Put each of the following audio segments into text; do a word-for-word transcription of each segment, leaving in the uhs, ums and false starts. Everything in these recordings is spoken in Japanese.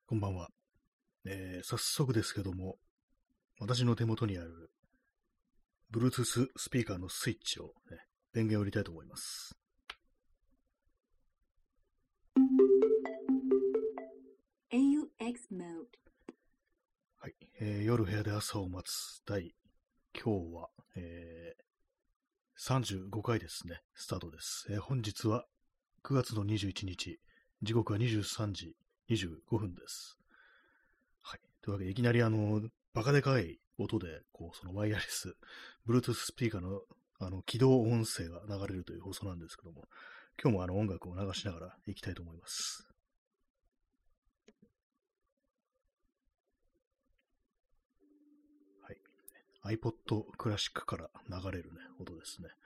こんばんは。えー早速ですけども、私の手元にある Bluetooth スピーカーのスイッチを、ね、電源を入れたいと思います。 エーユーエックス mode。 はい。えー夜部屋で朝を待つ第、今日は、えーさんじゅうごかいですね。スタートです。えー本日はくがつのにじゅういちにち、時刻はにじゅうさんじにじゅうごふんです。はい。というわけで、いきなりあの、バカでかい音で、こう、そのワイヤレス、Bluetooth スピーカーの、あの、起動音声が流れるという放送なんですけども、今日もあの音楽を流しながら行きたいと思います。はい。iPod クラシックから流れるね、音ですね。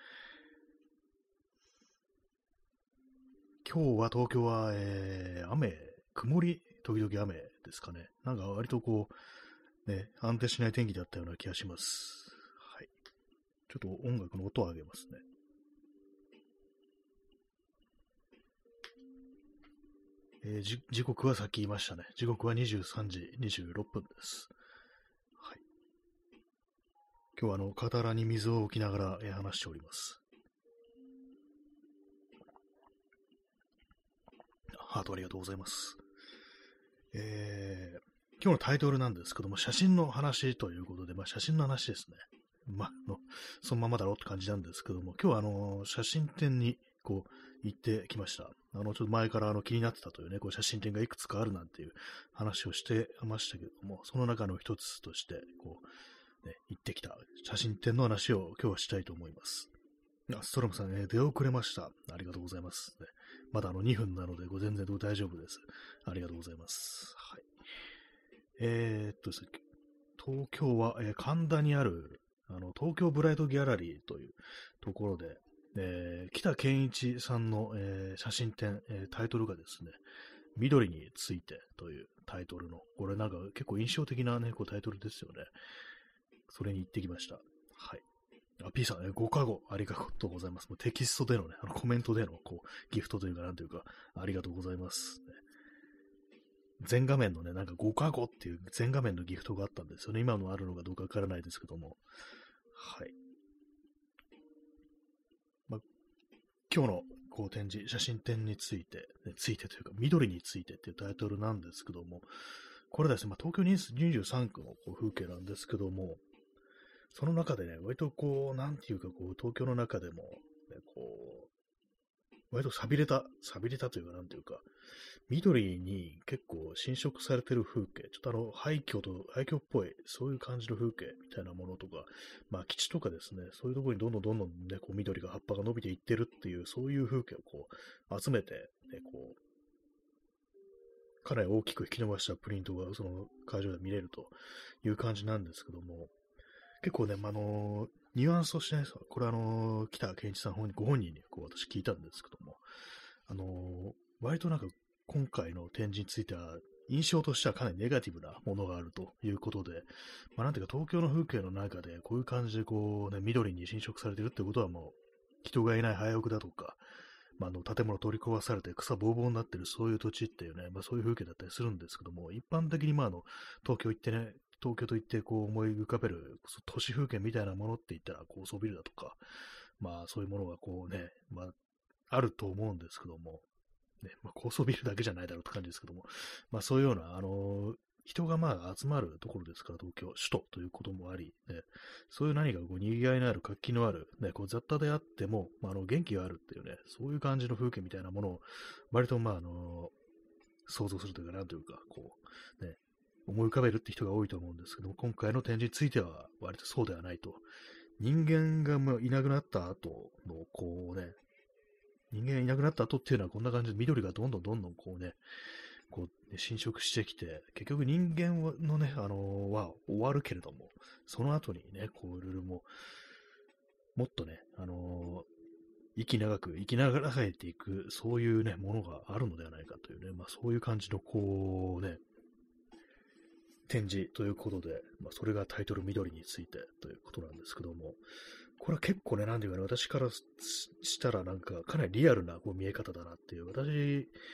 今日は東京は、えー、雨、曇り、時々雨ですかね。なんか割とこう、ね、安定しない天気だったような気がします。はい。ちょっと音楽の音を上げますね。えーじ時刻はさっき言いましたね。時刻はにじゅうさんじにじゅうろっぷんです。はい。今日はあの、傍らに水を置きながら、えー話しております。ハートありがとうございます。えー今日のタイトルなんですけども、写真の話ということで、まあ、写真の話ですね。まあ、のそのままだろうって感じなんですけども、今日はあの、写真展にこう行ってきました。あの、ちょっと前からあの気になってたというね、こう写真展がいくつかあるなんていう話をしてましたけども、その中の一つとして、こう、ね、行ってきた写真展の話を今日はしたいと思います。あストロムさん、ね、出遅れました。ありがとうございます。ね、まだあのにふんなので、ご全然大丈夫です。ありがとうございます。はい。えー、っとですね、東京は、えー神田にある、あの、東京ブライトギャラリーというところで、えー北健一さんの、えー写真展、えータイトルがですね、緑についてというタイトルの、これなんか結構印象的なね、こうタイトルですよね。それに行ってきました。はい。あ、P さん、えーご加護ありがとうございます。もうテキストでのね、あのコメントでのこうギフトというか、なんというか、ありがとうございます。全画面のね、なんかご加護っていう全画面のギフトがあったんですよね。今のあるのかどうかわからないですけども。はい。まあ、今日のこう展示、写真展について、ね、ついてというか、緑についてっていうタイトルなんですけども、これですね、まあ、東京にじゅうさんくのこう風景なんですけども、その中でね、割とこう、なんていうか、こう、東京の中でも、ね、こう、割と錆びれた、錆びれたというか、なんていうか、緑に結構侵食されてる風景、ちょっとあの廃墟と、廃墟っぽい、そういう感じの風景みたいなものとか、まあ基地とかですね、そういうところにどんどんどんどんね、こう緑が葉っぱが伸びていってるっていう、そういう風景をこう集めて、ね、こう、かなり大きく引き伸ばしたプリントがその会場で見れるという感じなんですけども、結構ね、まあ、あのニュアンスとしてね、これあの北健一さん本人ご本人にこう私聞いたんですけども、あの割となんか今回の展示については、印象としてはかなりネガティブなものがあるということで、まあ、なんていうか東京の風景の中でこういう感じでこう、ね、緑に侵食されてるってことはもう人がいない廃屋だとか、まあ、あの建物取り壊されて草ぼうぼうになってるそういう土地っていうね、まあ、そういう風景だったりするんですけども、一般的にまああの東京行ってね、東京と行ってこう思い浮かべる都市風景みたいなものって言ったら高層ビルだとか、まあそういうものがこうね、まああると思うんですけども、ね、まあ、高層ビルだけじゃないだろうって感じですけども、まあそういうような、あのー人がまあ集まるところですから、東京、首都ということもあり、ね、そういう何かこう賑わいのある活気のある、ね、こう雑多であっても、まあ、あの元気があるっていうね、そういう感じの風景みたいなものを、割とまあ、あのー想像するというか、なんというか、こう、ね、思い浮かべるって人が多いと思うんですけども、今回の展示については、割とそうではないと。人間がまあいなくなった後の、こうね、人間いなくなった後っていうのはこんな感じで緑がどんどんどんどんこうね、こう、ね、侵食してきて、結局人間のね、あのーは終わるけれども、その後にね、こういろいろもう、もっとね、あのー生き長く、生き長らえていく、そういうね、ものがあるのではないかというね、まあそういう感じのこうね、展示ということで、まあそれがタイトル緑についてということなんですけども、これは結構ね、なんていうかね、私からしたらなんかかなりリアルなこう見え方だなっていう、私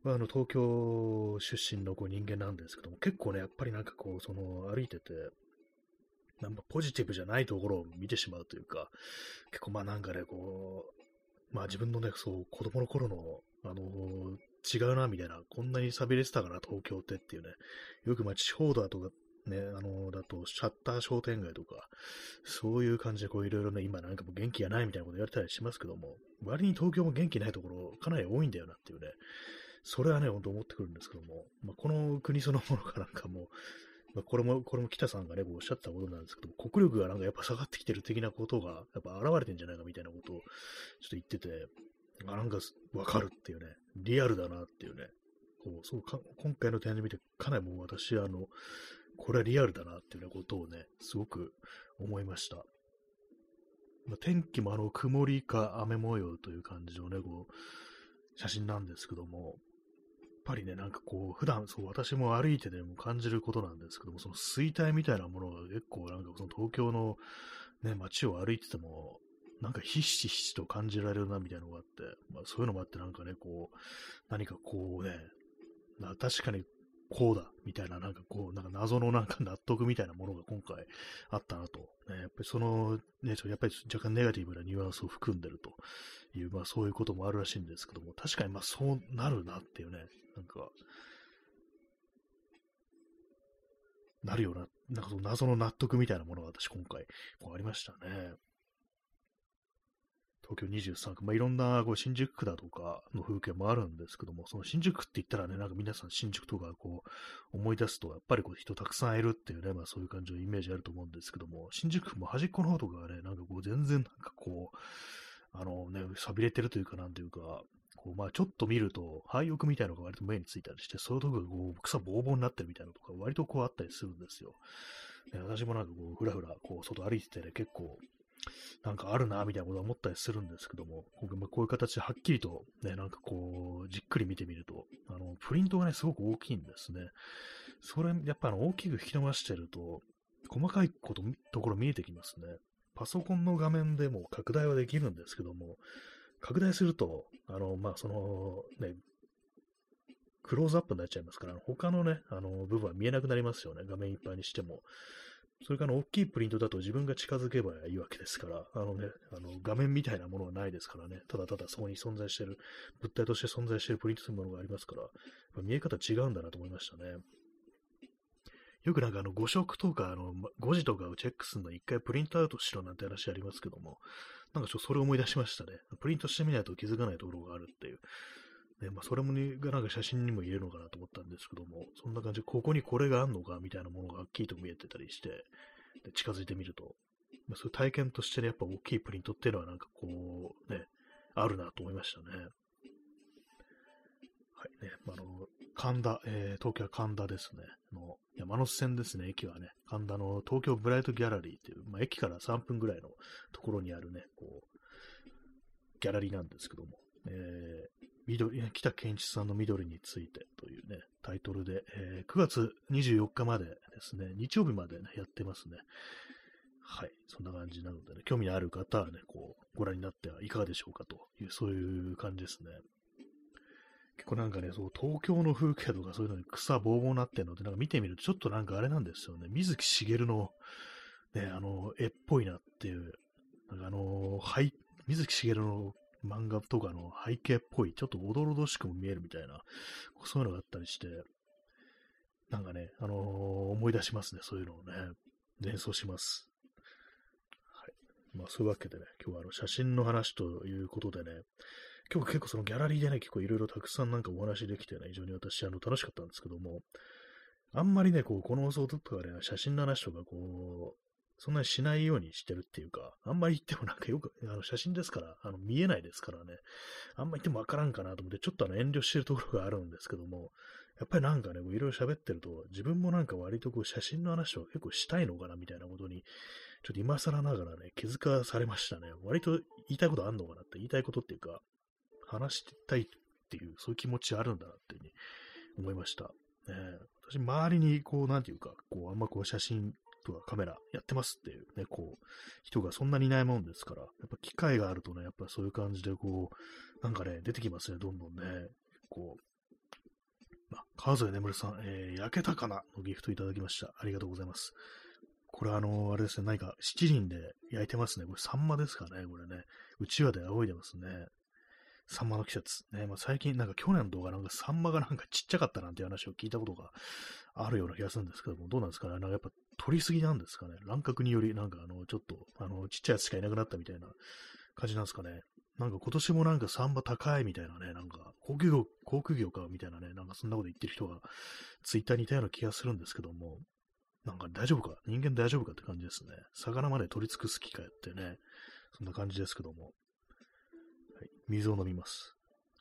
まあ、あの、東京出身のこう人間なんですけども、結構ね、やっぱりなんかこう、その、歩いてて、なんかポジティブじゃないところを見てしまうというか、結構まあなんかね、こう、まあ自分のね、そう、子供の頃の、あのー違うな、みたいな、こんなに寂れてたかな、東京ってっていうね、よくまあ地方だとか、ね、あのーだと、シャッター商店街とか、そういう感じでこういろいろね、今なんかもう元気がないみたいなこと言われたりしますけども、割に東京も元気ないところ、かなり多いんだよなっていうね、それはね、本当思ってくるんですけども、まあ、この国そのものがなんかもう、まあ、これも、これも北さんがね、こうおっしゃったことなんですけども、国力がなんかやっぱ下がってきてる的なことが、やっぱ現れてんじゃないかみたいなことをちょっと言ってて、あ、なんかわかるっていうね、リアルだなっていうね、こうそうか今回の展示見て、かなりもう私、あの、これはリアルだなっていうようなことをね、すごく思いました。まあ、天気もあの、曇りか雨模様という感じのね、こう、写真なんですけども、やっぱりね、なんかこう、普段、そう、私も歩いてでも感じることなんですけども、その衰退みたいなものが結構、なんかその東京のね、街を歩いてても、なんかひしひしと感じられるな、みたいなのがあって、まあそういうのもあって、なんかね、こう、何かこうね、な確かにこうだ、みたいな、なんかこう、なんか謎のなんか納得みたいなものが今回あったなと。ね、やっぱりその、ね、ちょやっぱり若干ネガティブなニュアンスを含んでるという、まあそういうこともあるらしいんですけども、確かにまあそうなるなっていうね、なんか、なるような、なんかその謎の納得みたいなものが私今回、こうありましたね。東京にじゅうさん区、まあ、いろんなこう新宿区だとかの風景もあるんですけども、その新宿区って言ったらね、なんか皆さん新宿とかこう思い出すと、やっぱりこう人たくさんいるっていうね、まあそういう感じのイメージあると思うんですけども、新宿区も端っこの方とかがね、なんかこう全然なんかこう、あのね、錆びれてるというかなんというか、こうまあちょっと見ると、廃屋みたいなのが割と目についたりして、そういうところがこう草ぼうぼうになってるみたいなのとか、割とこうあったりするんですよ。で私もなんかこう、ふらふらこう外歩いててね、結構なんかあるな、みたいなことは思ったりするんですけども、こうまあ、こういう形ではっきりとね、なんかこう、じっくり見てみると、あの、プリントがね、すごく大きいんですね。それ、やっぱあの、大きく引き伸ばしてると、細かいこと、ところ見えてきますね。パソコンの画面でも拡大はできるんですけども、拡大すると、あの、まあ、その、ね、クローズアップになっちゃいますから、他のね、あの、部分は見えなくなりますよね。画面いっぱいにしても。それから大きいプリントだと自分が近づけばいいわけですから、あのね、あの画面みたいなものはないですからね、ただただそこに存在している、物体として存在しているプリントというものがありますから、見え方違うんだなと思いましたね。よくなんかあのご色とかあのごじとかをチェックするのに一回プリントアウトしろなんて話ありますけども、なんかちょっとそれを思い出しましたね。プリントしてみないと気づかないところがあるっていう。ね、まあ、それもね、がなんか写真にも入れるのかなと思ったんですけども、そんな感じで、ここにこれがあんのかみたいなものがはっきりと見えてたりして、で近づいてみると、まあ、そういう体験としてね、やっぱ大きいプリントっていうのはなんかこう、ね、あるなと思いましたね。はいね、まあ、あの、神田、えー、東京は神田ですね。の山手線ですね、駅はね。神田の東京ブライトギャラリーっていう、まあ、駅からさんぷんぐらいのところにあるね、こう、ギャラリーなんですけども、えー、緑、北健一さんの緑についてというね、タイトルで、えー、くがつにじゅうよっかまでですね、日曜日まで、ね、やってますね。はい。そんな感じなのでね、興味のある方はね、こう、ご覧になってはいかがでしょうかという、そういう感じですね。結構なんかね、そう、東京の風景とかそういうのに草ぼうぼうになってるので、なんか見てみるとちょっとなんかあれなんですよね。水木しげるの、ね、あの、絵っぽいなっていう、なんかあの、はい、水木しげるの漫画とかの背景っぽい、ちょっとおどろどしくも見えるみたいな、そういうのがあったりして、なんかね、あのー思い出しますね、そういうのをね、連想します。はい。まあ、そういうわけでね、今日はあの写真の話ということでね、今日結構そのギャラリーでね、結構いろいろたくさんなんかお話できてね、非常に私、あの、楽しかったんですけども、あんまりね、こう、この放送とかで、ね、写真の話とか、こう、そんなにしないようにしてるっていうか、あんまり言ってもなんかよく、あの写真ですから、あの見えないですからね、あんま言ってもわからんかなと思って、ちょっとあの遠慮してるところがあるんですけども、やっぱりなんかね、いろいろ喋ってると、自分もなんか割とこう写真の話を結構したいのかなみたいなことに、ちょっと今更ながらね、気づかされましたね。割と言いたいことあんのかなって、言いたいことっていうか、話したいっていう、そういう気持ちあるんだなっていうふうに思いました。ね、私、周りにこう、なんていうか、こう、あんまこう写真とかカメラやってますっていうね、こう、人がそんなにいないもんですから、やっぱ機会があるとね、やっぱそういう感じでこう、なんかね、出てきますね、どんどんね。こう、 川添眠さん、えー、焼けたかなのギフトいただきました。ありがとうございます。これあのーあれですね、何か七輪で焼いてますね。これサンマですかね、これね。うちわで仰いでますね。サンマの季節。ね、まあ、最近、なんか去年の動画なんかサンマがなんかちっちゃかったなんていう話を聞いたことがあるような気がするんですけども、どうなんですかね。なんかやっぱ取りすぎなんですかね。乱獲により、なんかあの、ちょっと、あの、ちっちゃいやつしかいなくなったみたいな感じなんですかね。なんか今年もなんかサンバ高いみたいなね、なんか高級魚、航空業かみたいなね、なんかそんなこと言ってる人がツイッターにいたような気がするんですけども、なんか大丈夫か人間大丈夫かって感じですね。魚まで取り尽くす機会ってね、そんな感じですけども。はい、水を飲みます。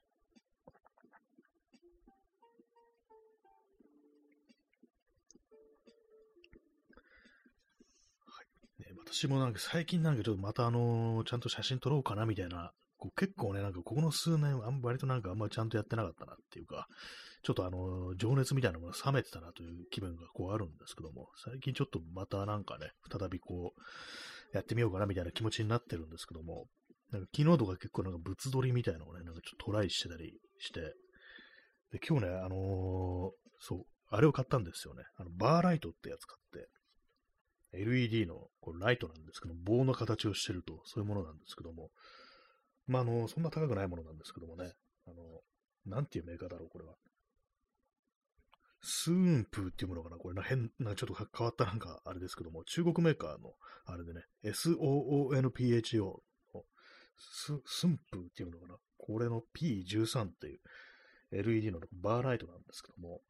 ね、私もなんか最近なんかちょっとまたあのーちゃんと写真撮ろうかなみたいな、こう結構ね、なんかここの数年、あん割となんかあんまりちゃんとやってなかったなっていうか、ちょっとあのー情熱みたいなものが冷めてたなという気分がこうあるんですけども、最近ちょっとまたなんかね、再びこう、やってみようかなみたいな気持ちになってるんですけども、なんか昨日とか結構なんか物撮りみたいなのをね、なんかちょっとトライしてたりして、で、今日ね、あのーそう、あれを買ったんですよね。あの、バーライトってやつ買って、エルイーディー のこうライトなんですけど、棒の形をしてると、そういうものなんですけども、まあ、あの、そんな高くないものなんですけどもね、あの、なんていうメーカーだろう、これは。スーンプーっていうものかな、これな、変な、ちょっと変わったなんか、あれですけども、中国メーカーの、あれでね、エスオーオーエヌピーエイチオー のス、スンプーっていうのかな、これの ピーじゅうさん っていう エルイーディー のバーライトなんですけども、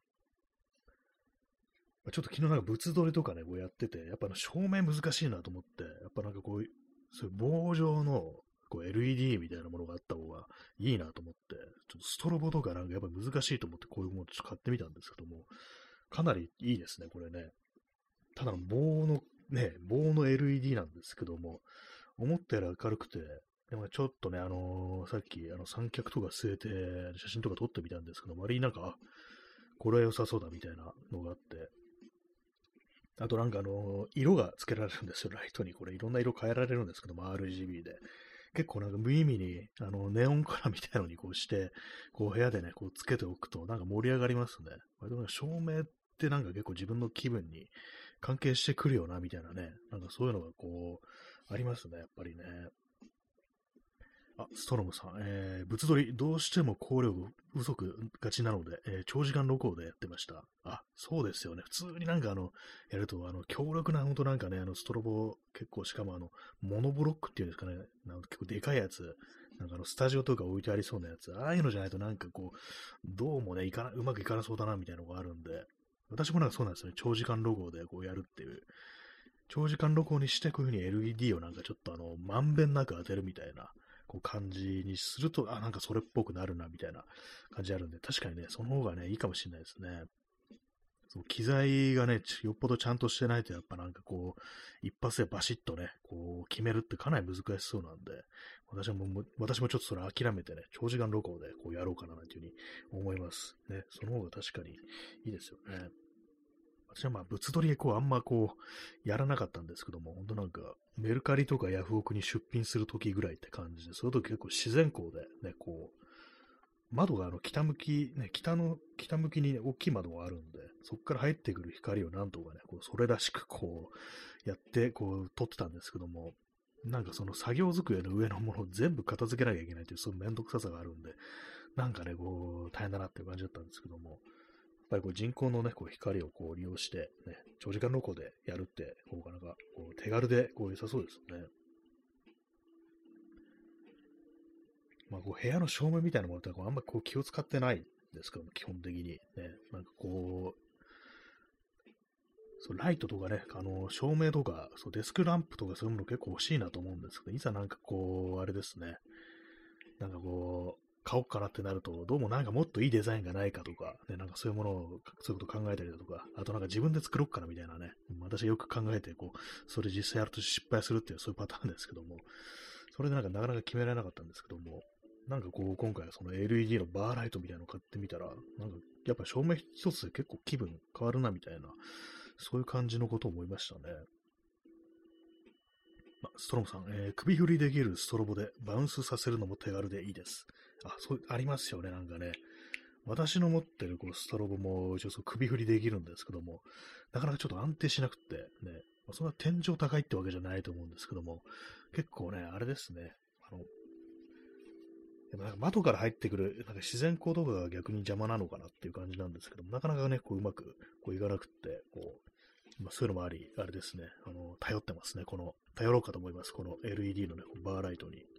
ちょっと昨日なんか物撮りとかね、こうやってて、やっぱあの照明難しいなと思って、やっぱなんかこういう、そういう棒状のこう エルイーディー みたいなものがあった方がいいなと思って、ちょっとストロボとかなんかやっぱ難しいと思ってこういうものちょっと買ってみたんですけども、かなりいいですね、これね。ただの棒の、ね、棒の エルイーディー なんですけども、思ったより明るくて、でもちょっとね、あのーさっきあの三脚とか据えて写真とか撮ってみたんですけど、割になんか、あこれは良さそうだみたいなのがあって、あとなんかあの、色がつけられるんですよ、ライトに。これいろんな色変えられるんですけども、アールジービー で。結構なんか無意味に、あの、ネオンカラーみたいなのにこうして、こう部屋でね、こうつけておくと、なんか盛り上がりますね。割となんか照明ってなんか結構自分の気分に関係してくるよな、みたいなね。なんかそういうのがこう、ありますね、やっぱりね。あ、ストロムさん、えー、物撮り、どうしても光力不足がちなので、えー長時間録音でやってました。あ、そうですよね。普通になんかあの、やると、あの、強力な、ほんとなんかね、あの、ストロボ、結構、しかもあの、モノブロックっていうんですかね、なんか結構でかいやつ、なんかあの、スタジオとか置いてありそうなやつ、ああいうのじゃないとなんかこう、どうもね、いかな、うまくいかなそうだな、みたいなのがあるんで、私もなんかそうなんですよね。長時間録音でこうやるっていう。長時間録音にしてこういう風に エルイーディー をなんかちょっとあの、まんべんなく当てるみたいな、こう感じにすると、あ、なんかそれっぽくなるな、みたいな感じあるんで、確かにね、その方がね、いいかもしれないですね。そう機材がね、ちよっぽどちゃんとしてないと、やっぱなんかこう、一発でバシッとね、こう、決めるってかなり難しそうなんで、私ももう、私もちょっとそれ諦めてね、長時間録音でこうやろうかな、なんていうふうに思います。ね、その方が確かにいいですよね。私はまあ、物撮りでこう、あんまこう、やらなかったんですけども、本当なんか、メルカリとかヤフオクに出品するときぐらいって感じで、そういう時結構自然光でね、こう、窓があの北向き、ね、北の、北向きに、ね、大きい窓があるんで、そこから入ってくる光をなんとかね、こうそれらしくこう、やって、こう、撮ってたんですけども、なんかその作業机の上のものを全部片付けなきゃいけないという、そういうめんどくささがあるんで、なんかね、こう、大変だなっていう感じだったんですけども、やっぱりこう人工のね、こう光をこう利用して、ね、長時間録音でやるって、こうなんか、こう手軽でこう良さそうですよね。まあ、こう部屋の照明みたいなものってこうあんまりこう気を使ってないんですけども、基本的にね。なんかこう、そうライトとかね、あの照明とか、そうデスクランプとかそういうもの結構欲しいなと思うんですけど、いざなんかこう、あれですね、なんかこう、買おうかなってなると、どうもなんかもっといいデザインがないかとか、ね、なんかそういうものを、そういうこと考えたりだとか、あとなんか自分で作ろうかなみたいなね、私よく考えて、こう、それ実際やると失敗するっていう、そういうパターンですけども、それでなんかなかなか決められなかったんですけども、なんかこう、今回はその エルイーディー のバーライトみたいなのを買ってみたら、なんかやっぱ照明一つで結構気分変わるなみたいな、そういう感じのことを思いましたね。まストロムさん、えー首振りできるストロボでバウンスさせるのも手軽でいいです。あ、そう、ありますよね、なんかね。 私の持ってるこうストロボも一応そう首振りできるんですけども、なかなかちょっと安定しなくってね、まあ、そんな天井高いってわけじゃないと思うんですけども、結構ね、あれですね、あの、でもなんか窓から入ってくるなんか自然光とかが逆に邪魔なのかなっていう感じなんですけども、なかなかね、こううまくこういかなくって、こう、まあ、そういうのもあり、あれですね、あの、頼ってますね、この、頼ろうかと思います、この エルイーディー のね、バーライトに。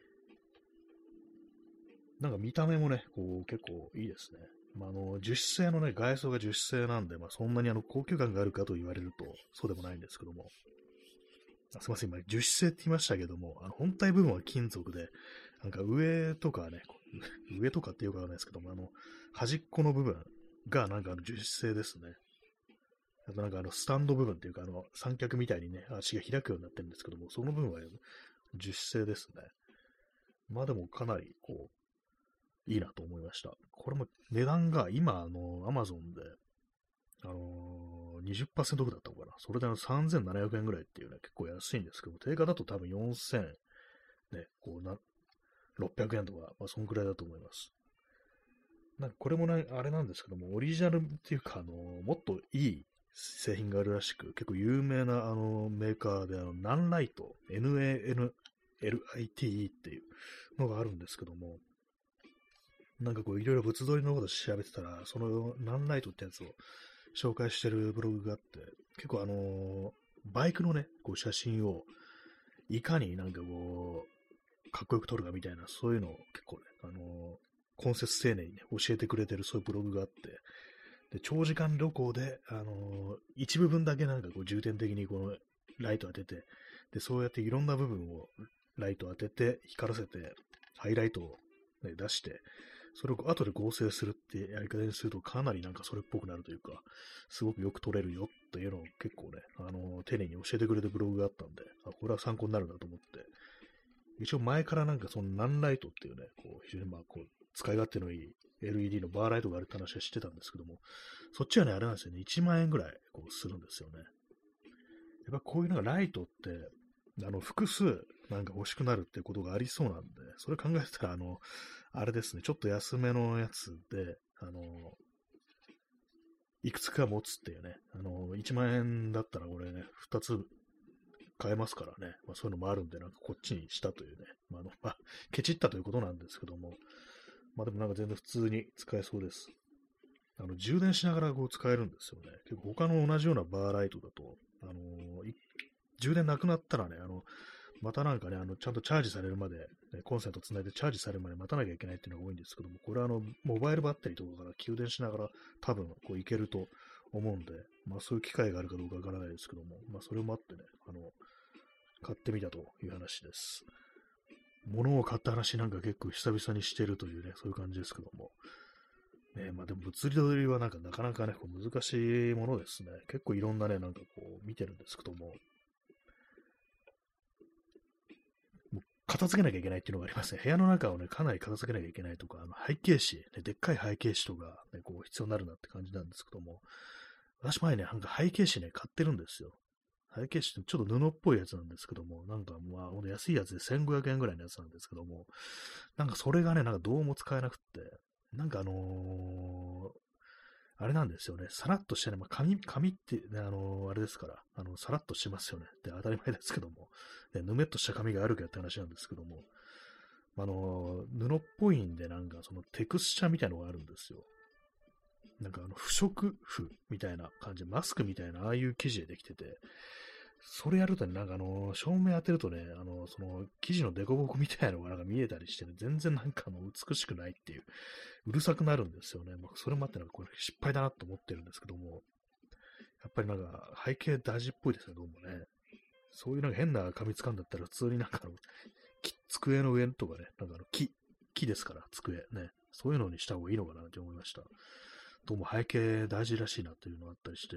なんか見た目もね、こう結構いいですね。まあ、あの、樹脂製のね、外装が樹脂製なんで、まあ、そんなにあの高級感があるかと言われると、そうでもないんですけども。あすいません、今、樹脂製って言いましたけども、あの本体部分は金属で、なんか上とかね、上とかってよくわかんないですけども、あの、端っこの部分がなんかあの樹脂製ですね。あとなんかあの、スタンド部分っていうか、あの、三脚みたいにね、足が開くようになってるんですけども、その部分は樹脂製ですね。まあでもかなり、こう、いいなと思いました。これも値段が今、あの、アマゾンで、あのー、にじゅっパーセントオフだったのかな。それであのさんぜんななひゃくえんぐらいっていうね、結構安いんですけど、定価だと多分よんせん、ね、こうな、ろっぴゃくえんとか、まあ、そんくらいだと思います。なんかこれもね、あれなんですけども、オリジナルっていうか、あのー、もっといい製品があるらしく、結構有名な、あのー、メーカーで、あの、ナンライト、エヌエーエヌエルアイティー っていうのがあるんですけども、なんかこういろいろ物撮りのこと調べてたら、そのナンライトってやつを紹介してるブログがあって、結構あのーバイクのね、こう写真をいかになんかこう、かっこよく撮るかみたいな、そういうのを結構ね、あのー根節丁寧にね、教えてくれてるそういうブログがあって、で、長時間旅行で、あのー一部分だけなんかこう重点的にこのライト当てて、で、そうやっていろんな部分をライト当てて、光らせて、ハイライトを、ね、出して、それを後で合成するってやり方にするとかなりなんかそれっぽくなるというか、すごくよく撮れるよっていうのを結構ね、あのー丁寧に教えてくれるブログがあったんで、あ、これは参考になるなと思って、一応前からなんかそのナンライトっていうね、こう非常にまあこう使い勝手のいい エルイーディー のバーライトがあるって話は知ってたんですけども、そっちはね、あれなんですよね、いちまんえんぐらいこうするんですよね。やっぱこういうのがライトって、あの、複数なんか欲しくなるってことがありそうなんで、それ考えたら、あの、あれですね、ちょっと安めのやつで、あの、いくつか持つっていうね、あの、いちまんえんだったらこれね、ふたつ買えますからね、まあそういうのもあるんで、なんかこっちにしたというね、まあ、あの、まあ、ケチったということなんですけども、まあでもなんか全然普通に使えそうです。あの、充電しながらこう使えるんですよね。結構他の同じようなバーライトだと、あのー充電なくなったらね、あの、またなんかね、あの、ちゃんとチャージされるまで、ね、コンセントつないでチャージされるまで待たなきゃいけないっていうのが多いんですけども、これはあの、モバイルバッテリーとかから給電しながら多分こういけると思うんで、まあそういう機会があるかどうかわからないですけども、まあそれもあってね、あの、買ってみたという話です。物を買った話なんか結構久々にしてるというね、そういう感じですけども。ね、まあでも物理撮りはなんかなかなかね、こう難しいものですね。結構いろんなね、なんかこう見てるんですけども、片付けなきゃいけないっていうのがありますね。部屋の中をね、かなり片付けなきゃいけないとか、あの背景紙、ね、でっかい背景紙とか、ね、こう必要になるなって感じなんですけども、私前ね、なんか背景紙ね、買ってるんですよ。背景紙ってちょっと布っぽいやつなんですけども、なんかまあ、ほんと安いやつでせんごひゃくえんぐらいのやつなんですけども、なんかそれがね、なんかどうも使えなくって、なんかあのーあれなんですよね。さらっとしてね、まあ、紙、紙って、ね、あのーあれですから、あの、さらっとしますよね。で、当たり前ですけども、ね、ぬめっとした紙があるかって話なんですけども、あのー布っぽいんで、なんかそのテクスチャみたいのがあるんですよ。なんかあの、不織布みたいな感じ、マスクみたいな、ああいう生地でできてて、それやるとね、なんかあの、照明当てるとね、あの、その、生地の凸凹みたいなのがなんか見えたりしてね、全然なんかあの、美しくないっていう、うるさくなるんですよね。まあ、それもあってなんかこれ失敗だなと思ってるんですけども、やっぱりなんか背景大事っぽいですね、どうもね。そういうなんか変な紙使うんだったら普通になんかあの、机の上とかね、なんかあの木、木ですから、机ね。そういうのにした方がいいのかなって思いました。どうも背景大事らしいなというのがあったりして、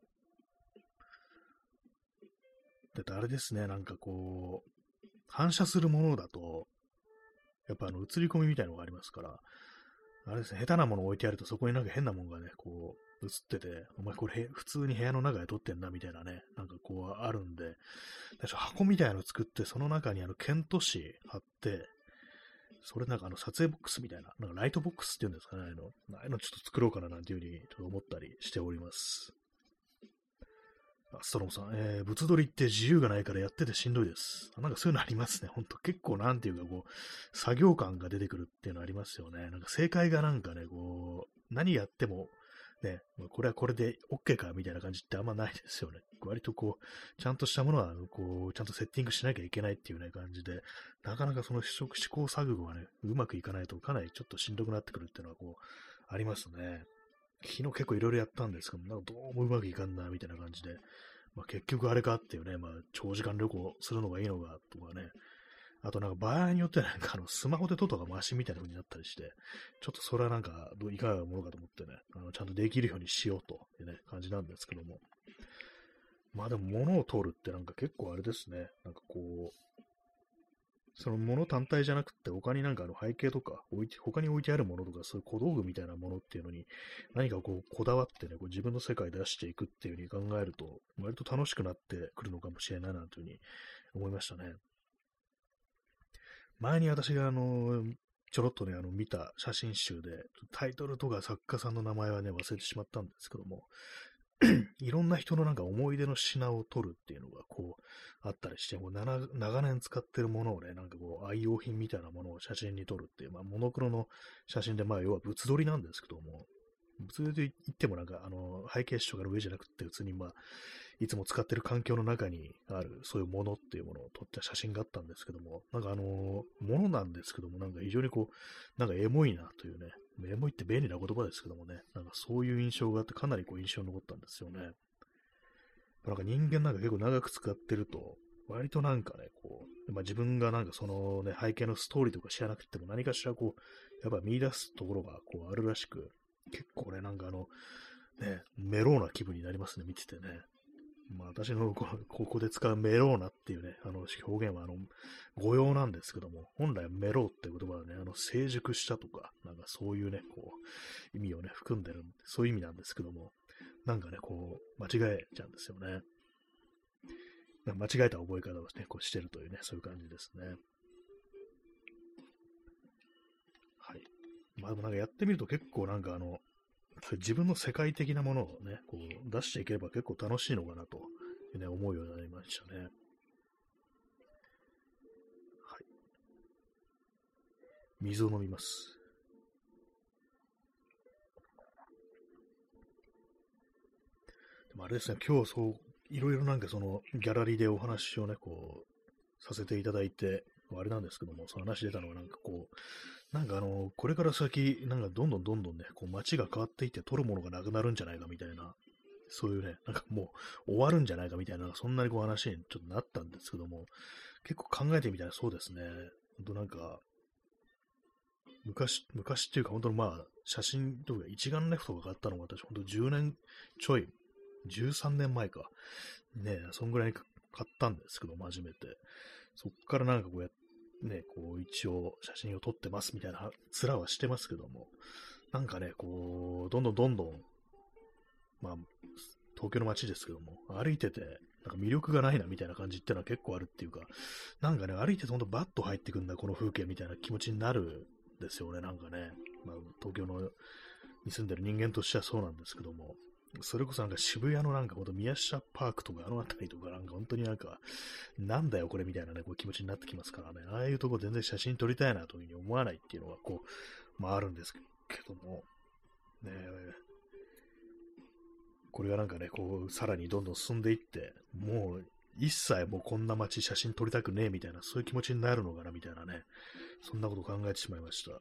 だってあれですね、なんかこう、反射するものだと、やっぱあの映り込みみたいなのがありますから、あれですね、下手なものを置いてあるとそこになんか変なものがね、こう映ってて、お前これ普通に部屋の中で撮ってんなみたいなね、なんかこうあるんで、箱みたいなの作って、その中にあの、ケント紙貼って、 それなんかあの撮影ボックスみたいな、なんかライトボックスっていうんですかね、ああいうの、ああいうのちょっと作ろうかななんていうふうにちょっと思ったりしております。あストロムさん、えー、物撮りって自由がないからやっててしんどいです。なんかそういうのありますね。ほんと結構なんていうかこう、作業感が出てくるっていうのありますよね。なんか正解がなんかね、こう、何やっても、ね、これはこれで OK かみたいな感じってあんまないですよね。割とこう、ちゃんとしたものは、こう、ちゃんとセッティングしなきゃいけないっていうね、感じで、なかなかその試食試行錯誤がね、うまくいかないとかなりちょっとしんどくなってくるっていうのはこう、ありますね。昨日結構いろいろやったんですけど、なんかどうもうまくいかんな、みたいな感じで、まあ、結局あれかっていうね、まあ、長時間旅行するのがいいのかとかね、あとなんか場合によってはなんかあのスマホで撮った方がマシみたいな風になったりして、ちょっとそれはなんかどういかがなものかと思ってね、あのちゃんとできるようにしようというね、感じなんですけども。まあでも物を撮るってなんか結構あれですね、なんかこう、その物単体じゃなくて他になんかあの背景とか置いて、他に置いてあるものとかそういう小道具みたいなものっていうのに何かこうこだわってね、こう自分の世界出していくっていう風に考えると割と楽しくなってくるのかもしれないなという風に思いましたね。前に私があの、ちょろっとね、あの、見た写真集で、タイトルとか作家さんの名前はね、忘れてしまったんですけども、いろんな人のなんか思い出の品を撮るっていうのがこう、あったりして、もう長長年使ってるものをね、なんかこう、愛用品みたいなものを写真に撮るっていう、まあ、モノクロの写真で、まあ、要は物撮りなんですけども、物撮りと言ってもなんか、あの、背景紙とかの上じゃなくて、普通にまあ、いつも使ってる環境の中にある、そういうものっていうものを撮った写真があったんですけども、なんかあのーものなんですけども、なんか非常にこう、なんかエモいなというね、エモいって便利な言葉ですけどもね、なんかそういう印象があって、かなりこう印象に残ったんですよね。なんか人間なんか結構長く使ってると、割となんかね、こう、まあ、自分がなんかそのね、背景のストーリーとか知らなくても何かしらこう、やっぱ見出すところがこうあるらしく、結構ね、なんかあの、ね、メローな気分になりますね、見ててね。まあ、私のこここで使うメローナっていうね、あの表現はあの語用なんですけども、本来メローって言葉はね、あの成熟したとか、なんかそういうね、こう、意味をね、含んでる、そういう意味なんですけども、なんかね、こう、間違えちゃうんですよね。なんか間違えた覚え方をね、こうしてるというね、そういう感じですね。はい。まあでもなんかやってみると結構なんかあの、自分の世界的なものをね、こう出していければ結構楽しいのかなと、ね、思うようになりましたね。はい。水を飲みます。でもあれですね、今日そう、いろいろなんかそのギャラリーでお話をね、こう、させていただいて、あれなんですけども、その話出たのはなんかこう、なんかあの、これから先、なんかどんどんどんどんね、こう街が変わっていって取るものがなくなるんじゃないかみたいな、そういうね、なんかもう終わるんじゃないかみたいな、そんなにこう話にちょっとなったんですけども、結構考えてみたらそうですね、ほんとなんか、昔、昔っていうか本当にまあ、写真とか一眼レフとか買ったのが私本当じゅうねんちょい、じゅうさんねんまえか、ね、そんぐらいに買ったんですけど、初めて。そっからなんかこうやね、こう一応写真を撮ってますみたいな面はしてますけども、なんかね、こう、どんどんどんどん、まあ、東京の街ですけども、歩いてて、なんか魅力がないなみたいな感じってのは結構あるっていうか、なんかね、歩いててほんとバッと入ってくんだ、この風景みたいな気持ちになるんですよね、なんかね。まあ、東京のに住んでる人間としてはそうなんですけども、それこそなんか渋谷のなんかほんと宮下パークとかあの辺りとかなんか本当になんか、なんだよこれみたいなね、こう気持ちになってきますからね、ああいうとこ全然写真撮りたいなというふうに思わないっていうのがこう、まああるんですけども、ねえ、これがなんかね、こう、さらにどんどん進んでいって、もう、一切もうこんな街写真撮りたくねえみたいな、そういう気持ちになるのかなみたいなね、そんなことを考えてしまいました。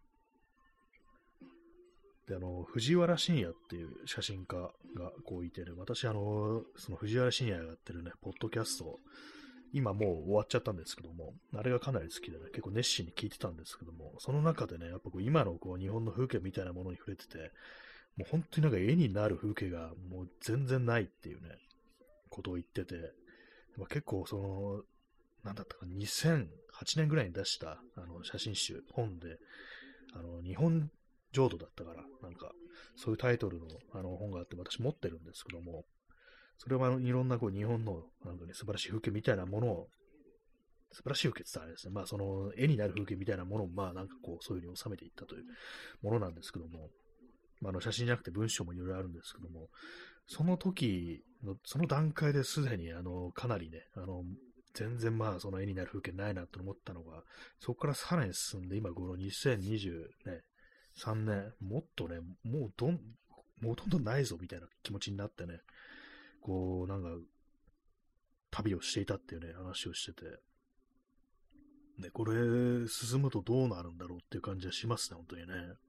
で、あの、藤原信也っていう写真家がこういてね、私、あの、その藤原信也がやってるね、ポッドキャスト、今もう終わっちゃったんですけども、あれがかなり好きでね、結構熱心に聞いてたんですけども、その中でね、やっぱこう今のこう日本の風景みたいなものに触れてて、もう本当になんか絵になる風景がもう全然ないっていうね、ことを言ってて、まあ、結構その、なんだったか、にせんはちねんぐらいに出したあの写真集、本で、あの日本浄土だったから、なんか、そういうタイトルのあの本があって私持ってるんですけども、それはあのいろんなこう日本のなんか、ね、素晴らしい風景みたいなものを素晴らしい風景って言ったらあれですね。まあその絵になる風景みたいなものをまあなんかこうそういう風に収めていったというものなんですけども、まあ、あの写真じゃなくて文章もいろいろあるんですけども、その時の、その段階ですでにあのかなりね、あの全然まあその絵になる風景ないなと思ったのが、そこからさらに進んで、今このにせんにじゅうさんねん、もっとね、もうどん、もうほとんどないぞみたいな気持ちになってね、こうなんか旅をしていたっていうね、話をしてて、ね、これ進むとどうなるんだろうっていう感じはしますね、本当にね。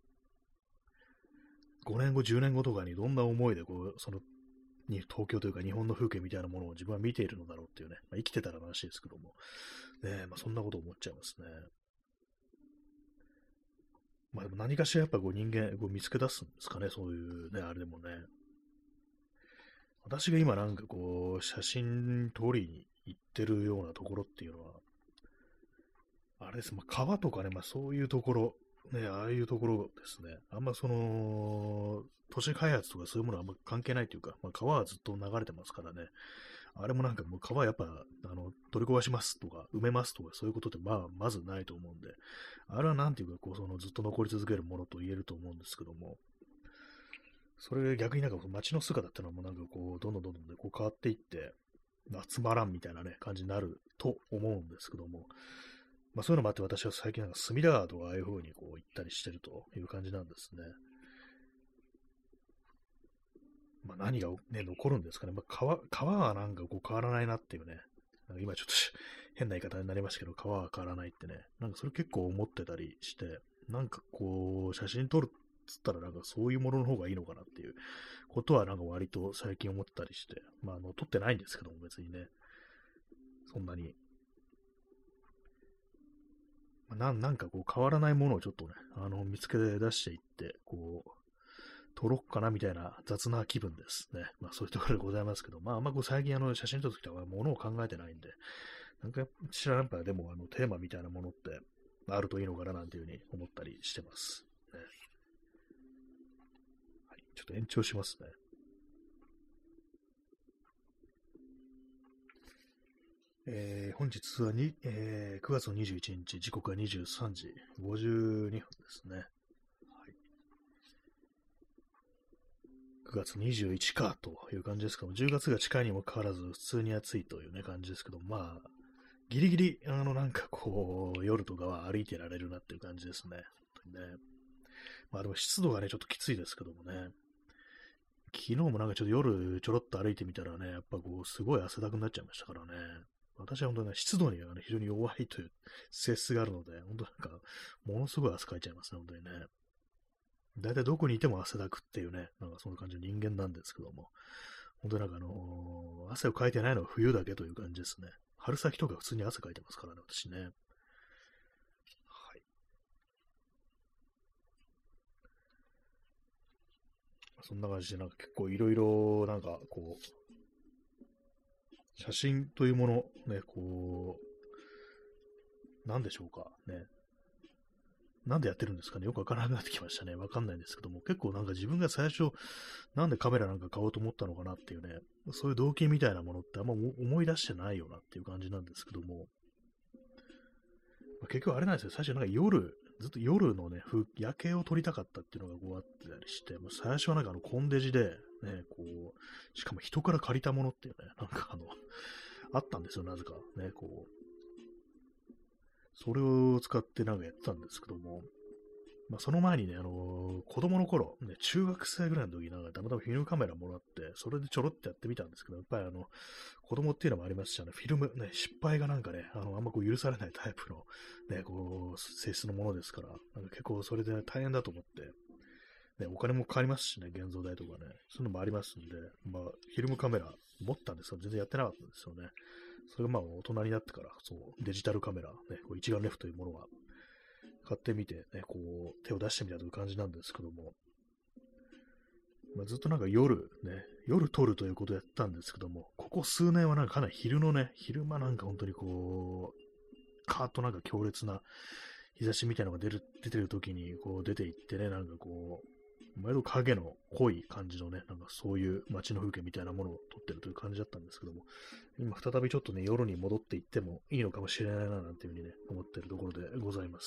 ごねんご、じゅうねんごとかにどんな思いでこう、その、に東京というか日本の風景みたいなものを自分は見ているのだろうっていうね、まあ、生きてたら話ですけども、ね、まあ、そんなこと思っちゃいますね。まあでも何かしらやっぱこう人間こう見つけ出すんですかね、そういうね、あれでもね。私が今なんかこう、写真撮りに行ってるようなところっていうのは、あれです、まあ、川とかね、まあそういうところ、ね、ああいうところですね。あんまその、都市開発とかそういうものはあんま関係ないというか、まあ、川はずっと流れてますからね。あれもなんかもう川やっぱ、あの、取り壊しますとか、埋めますとか、そういうことってまあ、まずないと思うんで、あれはなんていうか、こう、そのずっと残り続けるものと言えると思うんですけども、それ逆になんか街の姿っていうのはもうなんかこう、どんどんどんどん、ね、こう変わっていって、集まらんみたいなね、感じになると思うんですけども、まあそういうのもあって私は最近なんか隅田川とかああいう風にこう行ったりしてるという感じなんですね。まあ何がね、残るんですかね。まあ川、川はなんかこう変わらないなっていうね。なんか今ちょっと変な言い方になりましたけど、川は変わらないってね。なんかそれ結構思ってたりして、なんかこう、写真撮るっつったらなんかそういうものの方がいいのかなっていうことはなんか割と最近思ったりして、まああの、撮ってないんですけども別にね、そんなに。まあ、ななんかこう変わらないものをちょっとね、あの、見つけ出していって、こう、撮ろっかなみたいな雑な気分ですね。まあそういうところでございますけど、まああんまこう最近あの写真撮るときは物を考えてないんで、なんか知らんぱでもあのテーマみたいなものってあるといいのかななんていうふうに思ったりしてます。ね、はい、ちょっと延長しますね。えー、本日はに、えー、くがつのにじゅういちにち、時刻はにじゅうさんじごじゅうにふんですね。くがつにじゅういちかという感じですけども、じゅうがつが近いにもかかわらず普通に暑いというね感じですけども、まあ、ギリギリ、あの、なんかこう、夜とかは歩いてられるなっていう感じですね。本当にね。まあでも湿度がね、ちょっときついですけどもね。昨日もなんかちょっと夜ちょろっと歩いてみたらね、やっぱこう、すごい汗だくになっちゃいましたからね。私は本当にね、湿度には、ね、非常に弱いという性質があるので、本当なんか、ものすごい汗かいちゃいますね、本当にね。大体どこにいても汗だくっていうね、なんかそんな感じの人間なんですけども、本当になんかあのー汗をかいてないのは冬だけという感じですね。春先とか普通に汗かいてますからね、私ね。はい。そんな感じで、なんか結構いろいろ、なんかこう、写真というもの、ね、こう、なんでしょうか、ね。なんでやってるんですかねよくわからなくなってきましたね。わかんないんですけども、結構なんか自分が最初、なんでカメラなんか買おうと思ったのかなっていうね、そういう動機みたいなものってあんま思い出してないよなっていう感じなんですけども、まあ、結局あれなんですよ。最初なんか夜、ずっと夜のね、夜景を撮りたかったっていうのがこうあったりして、もう最初はなんかあのコンデジで、ね、こう、しかも人から借りたものっていうね、なんかあの、あったんですよ、なぜか。ね、こう、それを使ってなんかやってたんですけども、まあ、その前にね、あのー子供の頃、ね、中学生ぐらいの時なんかたまたまフィルムカメラもらって、それでちょろってやってみたんですけど、やっぱりあの、子供っていうのもありますし、あの、フィルム、ね、失敗がなんかね、あの、あんまこう許されないタイプの、ね、こう、性質のものですから、なんか結構それで大変だと思って、ね、お金もかかりますしね、現像代とかね、そういうのもありますんで、まあ、フィルムカメラ持ったんですけど、全然やってなかったんですよね。それがまあ、大人になってから、そう、デジタルカメラ、ね、こう一眼レフというものが買ってみて、ね、こう、手を出してみたという感じなんですけども、まあ、ずっとなんか夜、ね、夜撮るということをやったんですけども、ここ数年はなんかかなり昼のね、昼間なんか本当にこう、カーッとなんか強烈な日差しみたいなのが出る、出てる時にこう出ていってね、なんかこう、 割と影の濃い感じのね、なんかそういう街の風景みたいなものを撮ってるという感じだったんですけども、今再びちょっとね、夜に戻っていってもいいのかもしれないな、なんていうふうにね、思ってるところでございます。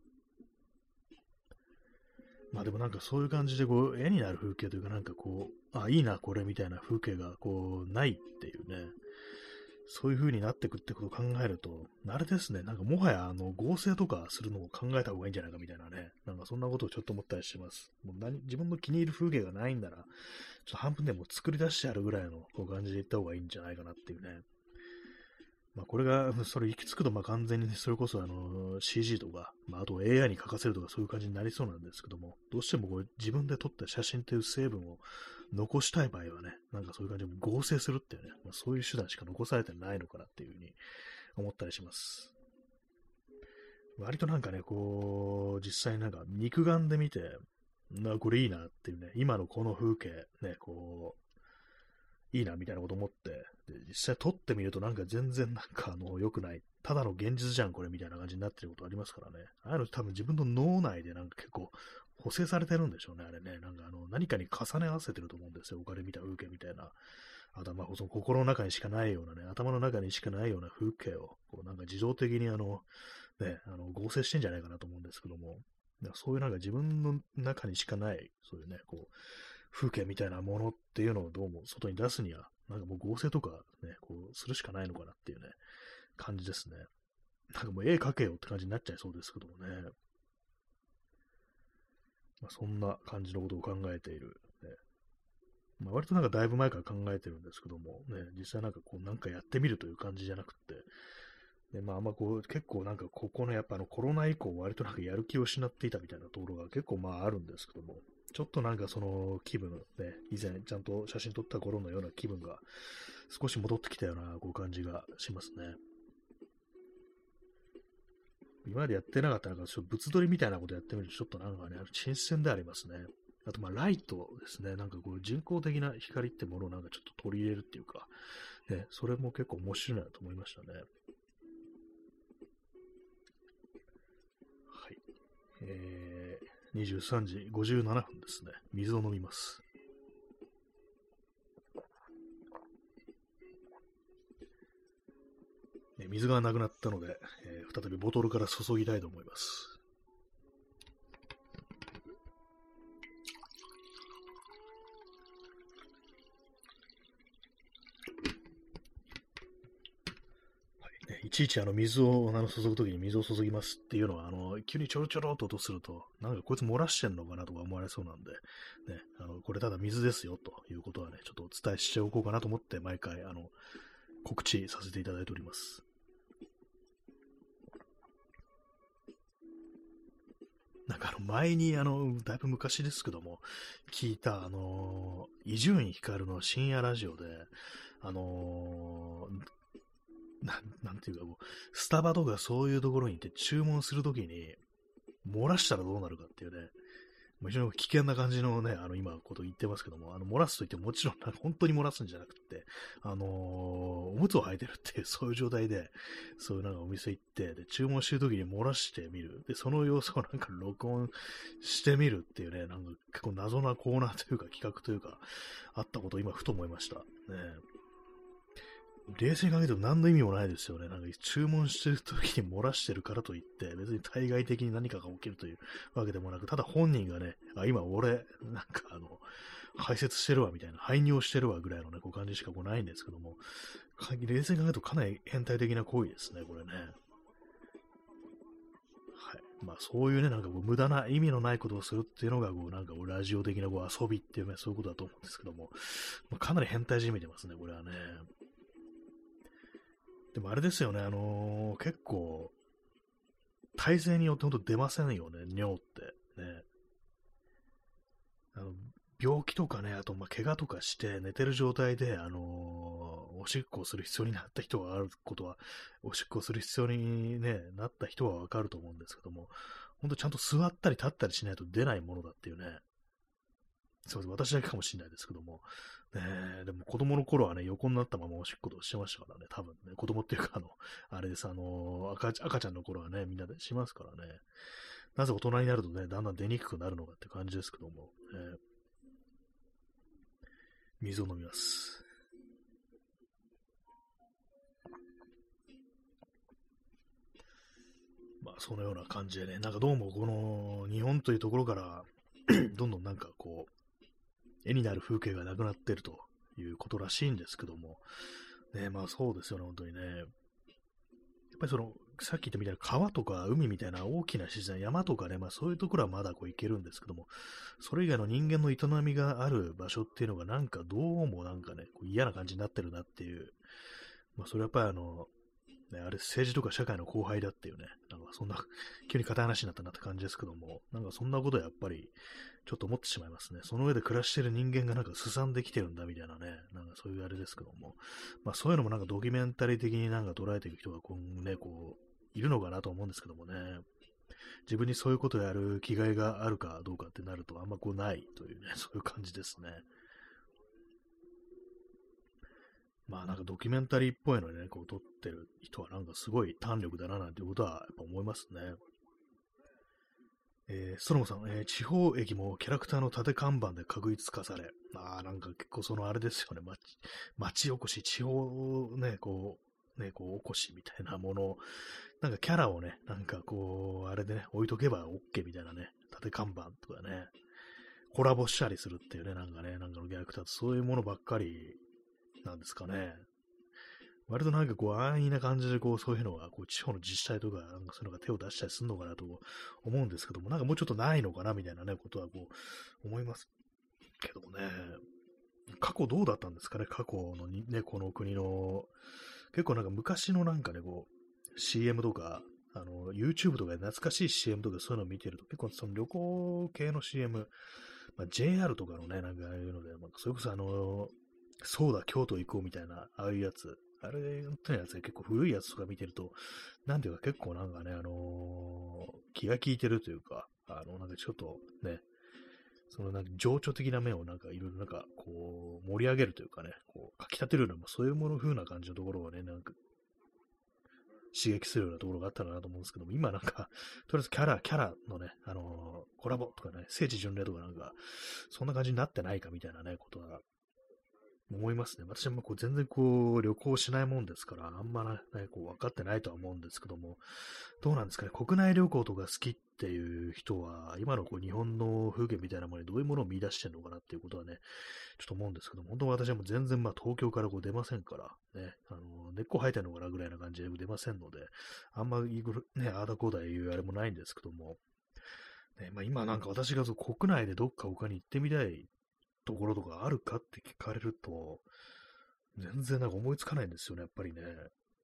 まあでもなんかそういう感じでこう、絵になる風景というかなんかこう、あ、いいな、これみたいな風景がこう、ないっていうね、そういう風になってくってことを考えると、あれですね、なんかもはやあの合成とかするのを考えた方がいいんじゃないかみたいなね、なんかそんなことをちょっと思ったりします。もう何自分の気に入る風景がないんなら、ちょっと半分でもう作り出してあるぐらいのこう感じでいった方がいいんじゃないかなっていうね。まあこれが、それ行き着くとまあ完全にそれこそあの シージー とか、まああと エーアイ に書かせるとかそういう感じになりそうなんですけども、どうしてもこう自分で撮った写真という成分を残したい場合はね、なんかそういう感じで合成するっていうね、まあ、そういう手段しか残されてないのかなっていうふうに思ったりします。割となんかね、こう、実際なんか肉眼で見て、な、これいいなっていうね、今のこの風景、ね、こう、いいなみたいなこと思って、で実際撮ってみるとなんか全然なんかあの、良くない。ただの現実じゃん、これみたいな感じになってることありますからね。ああいうの多分自分の脳内でなんか結構補正されてるんでしょうね、あれね。なんかあの、何かに重ね合わせてると思うんですよ。他で見た風景みたいな。あとはまあ、その心の中にしかないようなね、頭の中にしかないような風景を、こうなんか自動的にあの、ね、あの合成してんじゃないかなと思うんですけども、そういうなんか自分の中にしかない、そういうね、こう、風景みたいなものっていうのをどうも外に出すには、なんかもう合成とかね、こう、するしかないのかなっていうね、感じですね。なんかもう絵描けよって感じになっちゃいそうですけどもね。まあ、そんな感じのことを考えている、ね。まあ、割となんかだいぶ前から考えてるんですけども、ね、実際なんかこう、なんかやってみるという感じじゃなくて、で、まあ、あんまこう、結構なんか、ここのやっぱあのコロナ以降、割となんかやる気を失っていたみたいなところが結構まああるんですけども、ちょっとなんかその気分ね、以前ちゃんと写真撮った頃のような気分が少し戻ってきたようなこう感じがしますね。今までやってなかったなんかちょっと物撮りみたいなことやってみるとちょっとなんかね、新鮮でありますね。あとまあライトですね。なんかこう人工的な光ってものをなんかちょっと取り入れるっていうか、ね、それも結構面白いなと思いましたね。はい。えー、にじゅうさんじごじゅうななふんですね。水を飲みます。水がなくなったので、えー、再びボトルから注ぎたいと思います。いちいちあの水をあの注ぐときに水を注ぎますっていうのは、あの急にちょろちょろっと音すると、なんかこいつ漏らしてんのかなとか思われそうなんで、ね、あのこれただ水ですよということはね、ちょっとお伝えしておこうかなと思って、毎回あの告知させていただいております。なんかあの前にあの、だいぶ昔ですけども、聞いたあの、伊集院光の深夜ラジオで、あのななんていうかもう、スタバとかそういうところに行って注文するときに、漏らしたらどうなるかっていうね、非常に危険な感じのね、あの、今、こと言ってますけども、あの、漏らすと言ってももちろん、なんか本当に漏らすんじゃなくて、あのー、おむつを履いてるっていう、そういう状態で、そういうなんかお店行って、で、注文してる時に漏らしてみる。で、その様子をなんか録音してみるっていうね、なんか結構謎なコーナーというか企画というか、あったことを今、ふと思いました。ね。冷静に考えても何の意味もないですよね。なんか注文してる時に漏らしてるからといって、別に対外的に何かが起きるというわけでもなく、ただ本人がね、あ、今俺、なんかあの、排泄してるわみたいな、排尿してるわぐらいのね、こう感じしかこうないんですけども、冷静に考えるとかなり変態的な行為ですね、これね。はい。まあそういうね、なんかこう無駄な意味のないことをするっていうのが、こうなんかこうラジオ的なこう遊びっていうね、そういうことだと思うんですけども、まあ、かなり変態じみてますね、これはね。でもあれですよね、あのー、結構、体勢によって本当出ませんよね、尿って。ね。あの病気とかね、あと、まあ、怪我とかして寝てる状態で、あのー、おしっこをする必要になった人があることは、おしっこをする必要に、ね、なった人はわかると思うんですけども、本当ちゃんと座ったり立ったりしないと出ないものだっていうね、そうです。私だけかもしれないですけども。ねえ、でも子供の頃はね、横になったままおしっことしてましたからね、多分ね、子供っていうか、あの、あれです、あの、赤赤ちゃんの頃はね、みんなでしますからね。 なぜ大人になるとね、だんだん出にくくなるのかって感じですけども、えー、水を飲みます。まあ、そのような感じでね、なんかどうもこの日本というところからどんどんなんかこう、絵になる風景がなくなっているということらしいんですけども、ね、まあそうですよね、本当にね。やっぱりその、さっき言ったみたいな川とか海みたいな大きな自然、山とかね、まあそういうところはまだこう行けるんですけども、それ以外の人間の営みがある場所っていうのがなんかどうもなんかね、こう嫌な感じになってるなっていう、まあそれはやっぱりあの、ね、あれ政治とか社会の荒廃だっていうね、なんかそんな、急に硬い話になったなって感じですけども、なんかそんなことはやっぱり、ちょっと思ってしまいますね。その上で暮らしてる人間がなんかすさんできてるんだみたいなね、なんかそういうあれですけども、まあそういうのもなんかドキュメンタリー的になんか捉えていく人がこうね、こう、いるのかなと思うんですけどもね、自分にそういうことをやる気概があるかどうかってなるとあんまこうないというね、そういう感じですね。まあなんかドキュメンタリーっぽいのにね、こう撮ってる人はなんかすごい胆力だななんていうことはやっぱ思いますね。えー、ストロムさん、えー、地方駅もキャラクターの縦看板で確一化され、まあなんか結構そのあれですよね、町、町おこし、地方ね、こう、ね、こうおこしみたいなもの、なんかキャラをね、なんかこう、あれでね、置いとけば OK みたいなね、縦看板とかね、コラボしたりするっていうね、なんかね、なんかのキャラクターとそういうものばっかりなんですかね。割となんかこう安易な感じでこうそういうのがこう地方の自治体とかなんかそういうのが手を出したりするのかなと思うんですけども、なんかもうちょっとないのかなみたいなね、ことはこう思いますけどもね。過去どうだったんですかね、過去のにね、この国の、結構なんか昔のなんかね、こう シーエム とか、あの、YouTube とかで懐かしい シーエム とかそういうのを見てると結構その旅行系の シーエム、まあ、ジェイアール とかのね、なんかああいうので、まあ、それこそあの、そうだ、京都行こうみたいな、ああいうやつ。あれ、本当にやつ結構古いやつとか見てると、なんていうか結構なんかね、あのー気が利いてるというか、あの、なんかちょっとね、そのなんか情緒的な面をなんかいろいろなんかこう盛り上げるというかね、こう、かき立てるような、そういうもの風な感じのところをね、なんか刺激するようなところがあったらなと思うんですけども、今なんか、とりあえずキャラ、キャラのね、あのーコラボとかね、聖地巡礼とかなんか、そんな感じになってないかみたいなね、ことは思いますね。私もこう全然こう旅行しないもんですから、あんまね、こう分かってないとは思うんですけども、どうなんですかね、国内旅行とか好きっていう人は、今のこう日本の風景みたいなものにどういうものを見出してるのかなっていうことはね、ちょっと思うんですけども、本当私はもう全然まあ東京からこう出ませんから、ね、あの根っこ生えてるのかなぐらいな感じで出ませんので、あんまいいぐるね、ああだこうだ言うあれもないんですけども、ね、まあ、今なんか私がそう国内でどっか他に行ってみたいところとかあるかって聞かれると、全然なんか思いつかないんですよね、やっぱりね。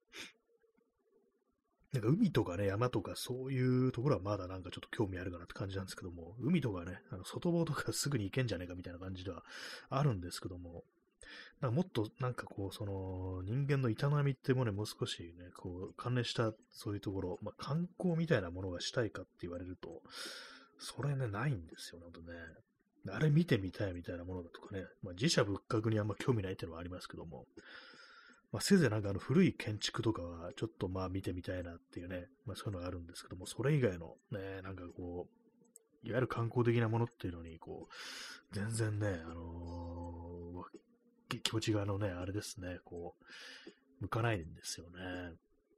なんか海とかね、山とかそういうところはまだなんかちょっと興味あるかなって感じなんですけども、海とかね、あの外房とかすぐに行けんじゃねえかみたいな感じではあるんですけども、なんかもっとなんかこう、その人間の営みってものにもう少しね、こう関連したそういうところ、まあ観光みたいなものがしたいかって言われると、それね、ないんですよね、ほんとね。あれ見てみたいみたいなものだとかね、まあ、自社仏閣にあんま興味ないっていうのはありますけども、まあ、せいぜいなんかあの古い建築とかはちょっとまあ見てみたいなっていうね、まあそういうのがあるんですけども、それ以外のね、なんかこう、いわゆる観光的なものっていうのに、こう、全然ね、あのー気持ちがあのね、あれですね、こう、向かないんですよね。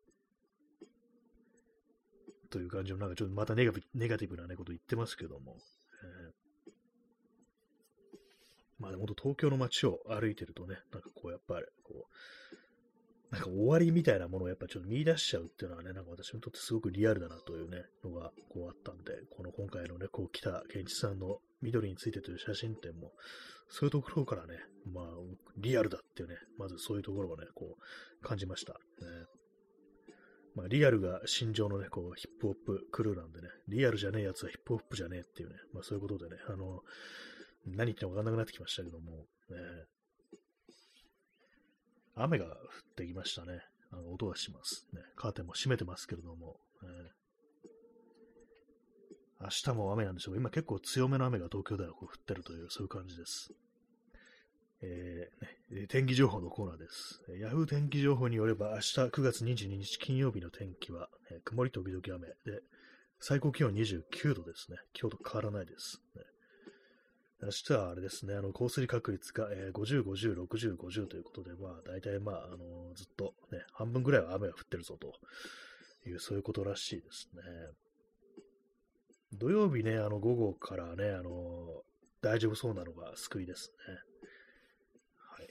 という感じの、なんかちょっとまたネガネガティブな、ね、こと言ってますけども、えーまあでも本当東京の街を歩いてるとね、なんかこうやっぱりこう、なんか終わりみたいなものをやっぱちょっと見出しちゃうっていうのはね、なんか私にとってすごくリアルだなというね、のがこうあったんで、この今回のね、こう北健一さんの緑についてという写真展も、そういうところからね、まあリアルだっていうね、まずそういうところをね、こう感じました。ね、まあリアルが心情のね、こうヒップホップクルーなんでね、リアルじゃねえやつはヒップホップじゃねえっていうね、まあそういうことでね、あの、何言っても分かんなくなってきましたけども、ね、雨が降ってきましたね。あの音がします、ね。カーテンも閉めてますけれども、ね、明日も雨なんでしょう。今結構強めの雨が東京ではこう降ってるという、そういう感じです。えーね、天気情報のコーナーです。ヤフー天気情報によれば、明日くがつにじゅうににち金曜日の天気は、えー曇り時々雨で、 最高気温にじゅうきゅうどですね。今日と変わらないです、ね。明日はあれですね、あの降水確率が、えー、ごじゅう、ごじゅう、ろくじゅう、ごじゅうということで、まあ、大体まあ、あのーずっとね、半分ぐらいは雨が降ってるぞという、そういうことらしいですね。土曜日ね、あの午後からね、あのー大丈夫そうなのが救いですね。はい。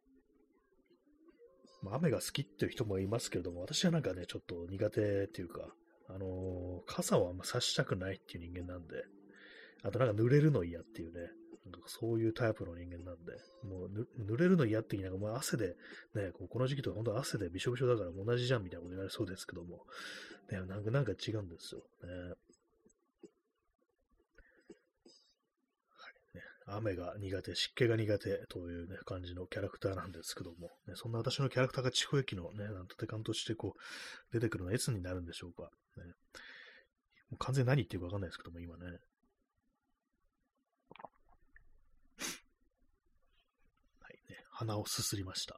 まあ、雨が好きっていう人もいますけれども、私はなんかね、ちょっと苦手っていうか、あのー傘をあんま差したくないっていう人間なんで、あとなんか濡れるの嫌っていうね、なんかそういうタイプの人間なんで、もうぬ濡れるの嫌って言いながら、もう汗で、ね、こうこの時期とか本当汗でびしょびしょだから同じじゃんみたいなこと言われそうですけども、ね、なんかなんか違うんですよね。ね、雨が苦手、湿気が苦手という、ね、感じのキャラクターなんですけども、ね、そんな私のキャラクターが地方駅の、ね、なんとてかんとしてこう出てくるのはいつになるんでしょうか。ね、もう完全に何言ってるかわかんないですけども、今ね。はいね、鼻をすすりました。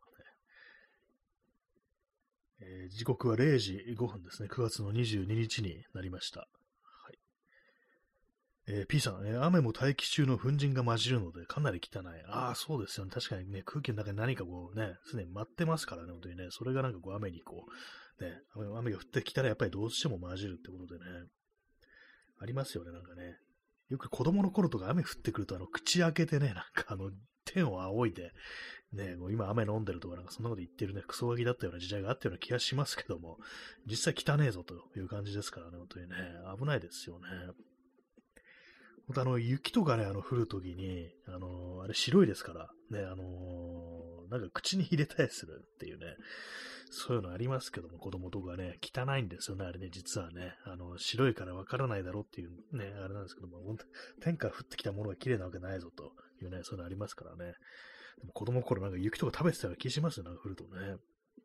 えー、時刻はれいじごふんですね。くがつのにじゅうににちになりました。はいえー、P さん、えー、雨も大気中の粉塵が混じるのでかなり汚い。ああ、そうですよね。確かにね、空気の中に何かこうね、すでに舞ってますからね、本当にね。それがなんかこう雨にこう、ね、雨雨が降ってきたらやっぱりどうしても混じるってことでね。ありますよね、なんかね。よく子供の頃とか雨降ってくると、あの、口開けてね、なんかあの、天を仰いで、ね、もう今雨飲んでるとかなんかそんなこと言ってるね、クソガキだったような時代があったような気がしますけども、実際汚ねえぞという感じですからね、本当にね、危ないですよね。本当あの、雪とかね、あの、降るときに、あのーあれ白いですから、ね、あのーなんか口に入れたりするっていうね、そういうのありますけども、子供とかね、汚いんですよね、あれね、実はね、あの、白いからわからないだろうっていうね、あれなんですけども、本当天から降ってきたものが綺麗なわけないぞというね、そういうのありますからね。でも子供の頃なんか雪とか食べてたような気しますよ、なんか降るとね。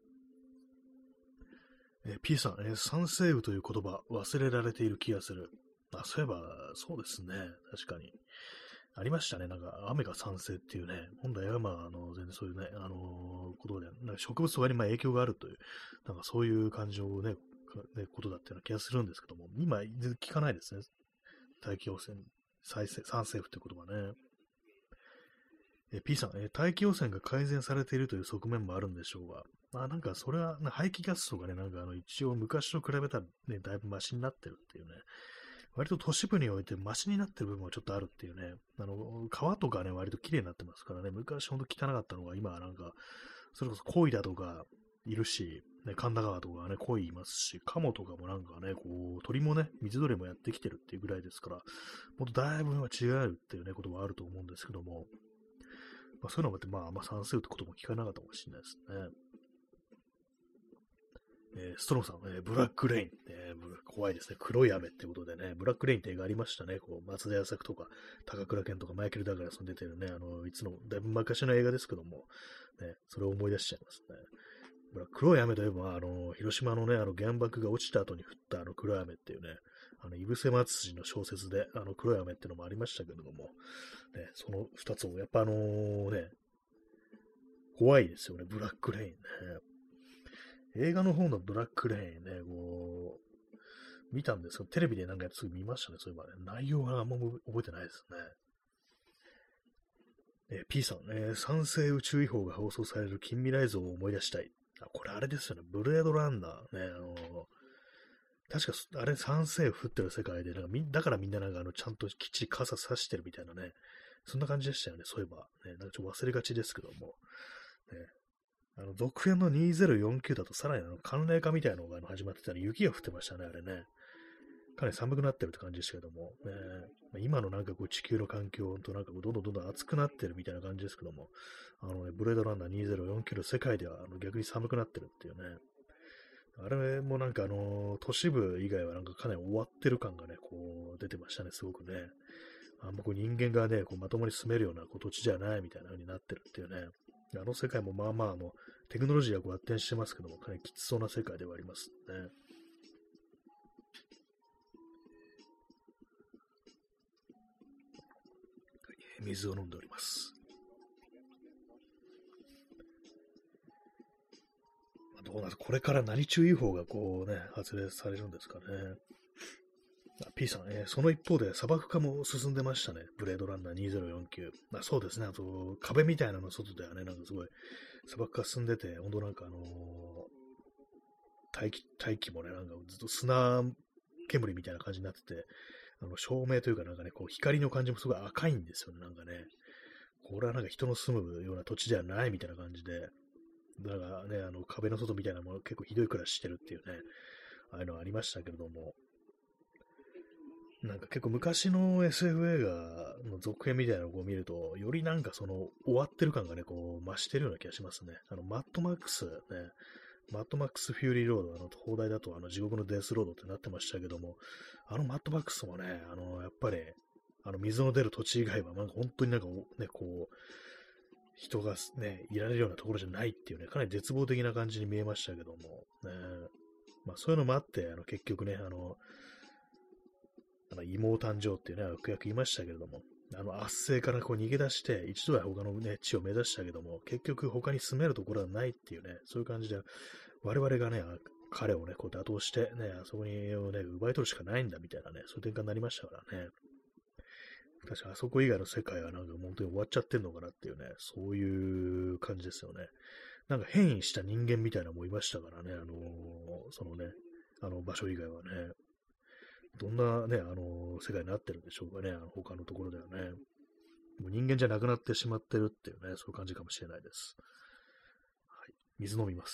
えー P さん、えー酸性雨という言葉忘れられている気がする。あ、そういえば、そうですね。確かに。ありましたね。なんか、雨が酸性っていうね。本来はまあ、あの、全然そういうね、あのーことで、なんか植物とかにまあ影響があるという、なんかそういう感情をね、かねことだったような気がするんですけども、今、全然聞かないですね。大気汚染、再生酸性雨っていう言葉ね。え P さん、え大気汚染が改善されているという側面もあるんでしょうが、まあなんかそれは、ね、排気ガスとかね、なんかあの一応昔と比べたらね、だいぶマシになってるっていうね、割と都市部においてマシになってる部分はちょっとあるっていうね、あの、川とかね、割と綺麗になってますからね、昔ほんと汚かったのが今はなんか、それこそ鯉だとかいるし、ね、神田川とかね、鯉いますし、カモとかもなんかね、こう、鳥もね、水鳥もやってきてるっていうぐらいですから、もっとだいぶ違うっていうね、ことはあると思うんですけども、まあ、そういうのもあって、まあ、あんま算数ってことも聞かなかったかもしれないですね。えーストローさん、えーブラックレイン、えーブラ怖いですね。黒い雨ってことでね、ブラックレインって映画ありましたね。こう松田優作とか、高倉健とか、マイケル・ダグラスの出てるね、あの、いつの、だいぶ昔の映画ですけども、ね、それを思い出しちゃいますね。ブラ黒い雨といえば、あの、広島のね、あの、原爆が落ちた後に降ったあの黒い雨っていうね、あの、井伏松筋の小説で、あの、黒い雨っていうのもありましたけれども、ね、その二つを、やっぱあのね、怖いですよね、ブラックレインね。映画の方のブラックレインね、こう、見たんですけど、テレビでなんかすぐ見ましたね、そういえばね。内容があんま覚えてないですね。えー P さん、えー、酸性宇宙違法が放送される近未来像を思い出したい。あ、これあれですよね、ブレードランナーね、あのー確かあれ酸性雨降ってる世界で、なんかみだからみんななんかあのちゃんときっちり傘差してるみたいなね、そんな感じでしたよね、そういえば。ね、なんかちょっと忘れがちですけども。ね、あの、続編のにせんよんじゅうきゅうだとさらにあの寒冷化みたいなのがあの始まってたら雪が降ってましたね、あれね。かなり寒くなってるって感じですけども、ね、今のなんかこう地球の環境となんかこうどんどんどんどん暑くなってるみたいな感じですけども、あのね、ブレードランナーにせんよんじゅうきゅうの世界ではあの逆に寒くなってるっていうね、あれもなんかあの都市部以外はなんかかなり終わってる感がね、こう出てましたね、すごくね。あんまこう人間がね、こうまともに住めるような土地じゃないみたいな風になってるっていうね。あの世界もまあまああのテクノロジーがこう発展してますけども、かなりきつそうな世界ではありますね。水を飲んでおります。どうなんですこれから何注意報がこうね、発令されるんですかね。 あ P さん、えーその一方で砂漠化も進んでましたね。ブレードランナーにせんよんじゅうきゅう。あ、そうですね。あと、壁みたいなの外ではね、なんかすごい砂漠化進んでて、ほんとなんかあのー大気、大気もね、なんかずっと砂煙みたいな感じになってて、あの照明というかなんかね、こう光の感じもすごい赤いんですよね、なんかね。これはなんか人の住むような土地ではないみたいな感じで、だからね、あの壁の外みたいなもの結構ひどい暮らししてるっていうね、ああいうのありましたけれども、なんか結構昔の エスエフ 映画の続編みたいなのをこう見ると、よりなんかその終わってる感がね、こう増してるような気がしますね。あの、マッドマックスね、マッドマックス・フューリー・ロード、あの、放題だとあの地獄のデースロードってなってましたけども、あのマッドマックスもね、あの、やっぱり、あの、水の出る土地以外は、なんか本当になんかね、こう、人がね、いられるようなところじゃないっていうね、かなり絶望的な感じに見えましたけども、ね、まあそういうのもあって、あの、結局ね、あの、あの妹誕生っていうね、悪役言いましたけれども、あの圧政からこう逃げ出して、一度は他の、ね、地を目指したけども、結局他に住めるところはないっていうね、そういう感じで、我々がね、彼をね、こう打倒して、ね、あそこに、ね、奪い取るしかないんだみたいなね、そういう展開になりましたからね。確かあそこ以外の世界はなんか本当に終わっちゃってんのかなっていうね、そういう感じですよね。なんか変異した人間みたいなのもいましたからね、あのーそのね、あの場所以外はね。どんなね、あの、世界になってるんでしょうかね、あの他のところではね。もう人間じゃなくなってしまってるっていうね、そういう感じかもしれないです。はい。水飲みます。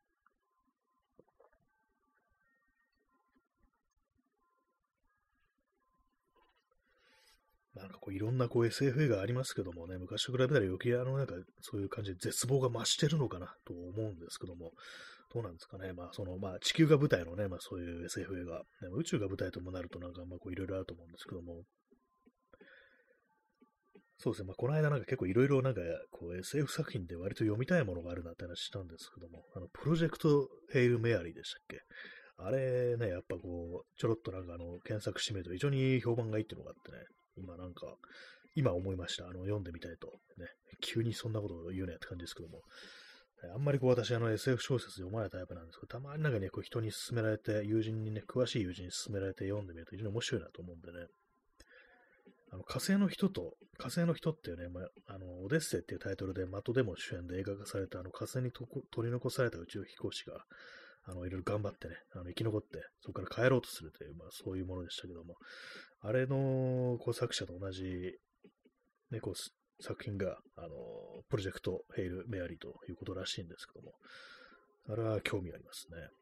なんかこういろんなこう エスエフ 映画ありますけどもね、昔と比べたら余計あのなんかそういう感じで絶望が増してるのかなと思うんですけども、どうなんですかね。まあそのまあ地球が舞台のね、まあそういう エスエフ 映画、ね、宇宙が舞台ともなるとなんかまあこういろいろあると思うんですけども、そうですね。まあ、この間なんか結構いろいろなんか、こう エスエフ 作品で割と読みたいものがあるなって話したんですけども、あの、プロジェクトヘイル・メアリーでしたっけ？あれね、やっぱこう、ちょろっとなんかあの、検索してみると非常に評判がいいっていうのがあってね、今なんか、今思いました。あの、読んでみたいと。ね、急にそんなことを言うねって感じですけども、あんまりこう私あの エスエフ 小説読まないタイプなんですけど、たまになんかね、こう人に勧められて、友人にね、詳しい友人に勧められて読んでみると非常に面白いなと思うんでね、あの火星の人と、火星の人っていうね、まあ、あのオデッセイっていうタイトルで、マトデモン主演で映画化されたあの火星にとこ取り残された宇宙飛行士が、あのいろいろ頑張ってね、あの生き残って、そこから帰ろうとするという、まあ、そういうものでしたけども、あれのこう作者と同じ、ね、こう作品が、あのプロジェクトヘイル・メアリーということらしいんですけども、あれは興味ありますね。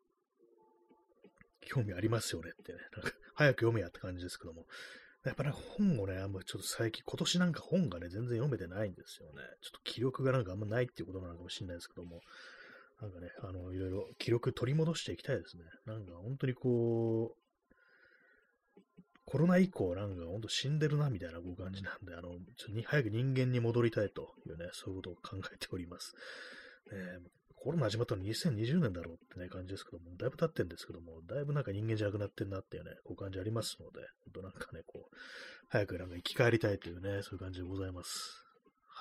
興味ありますよねってね、なんか早く読めやって感じですけども、やっぱなんか本をね、あんまちょっと最近、今年なんか本がね、全然読めてないんですよね。ちょっと気力がなんかあんまないっていうことなのかもしれないですけども、なんかね、あの、いろいろ記録取り戻していきたいですね。なんか本当にこう、コロナ以降なんか本当死んでるなみたいなこう感じなんで、あの、ちょっとに早く人間に戻りたいというね、そういうことを考えております。ね、コロナ始まったのにせんにじゅうねんだろうってね、感じですけども、だいぶ経ってんですけども、だいぶなんか人間じゃなくなってんなっていうね、こう感じありますので、本当なんかね、こう、早くなんか生き返りたいというね、そういう感じでございます。はい。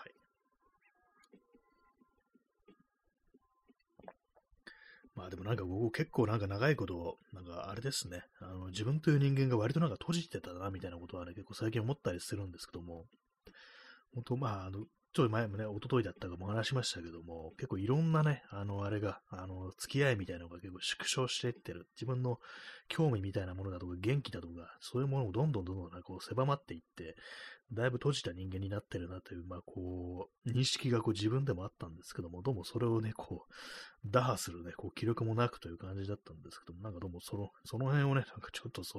まあでもなんか僕結構なんか長いこと、なんかあれですね、あの自分という人間が割となんか閉じてたなみたいなことはね、結構最近思ったりするんですけども、本当まあ、あの、ちょい前もね、一昨日だったかも話しましたけども、結構いろんなね、あの、あれが、あの、付き合いみたいなのが結構縮小していってる。自分の興味みたいなものだとか、元気だとか、そういうものもどんどんどんどんこう狭まっていって、だいぶ閉じた人間になってるなという、まあ、こう、認識がこう自分でもあったんですけども、どうもそれをね、こう、打破するね、こう、気力もなくという感じだったんですけども、なんかどうもその、その辺をね、なんかちょっとそう、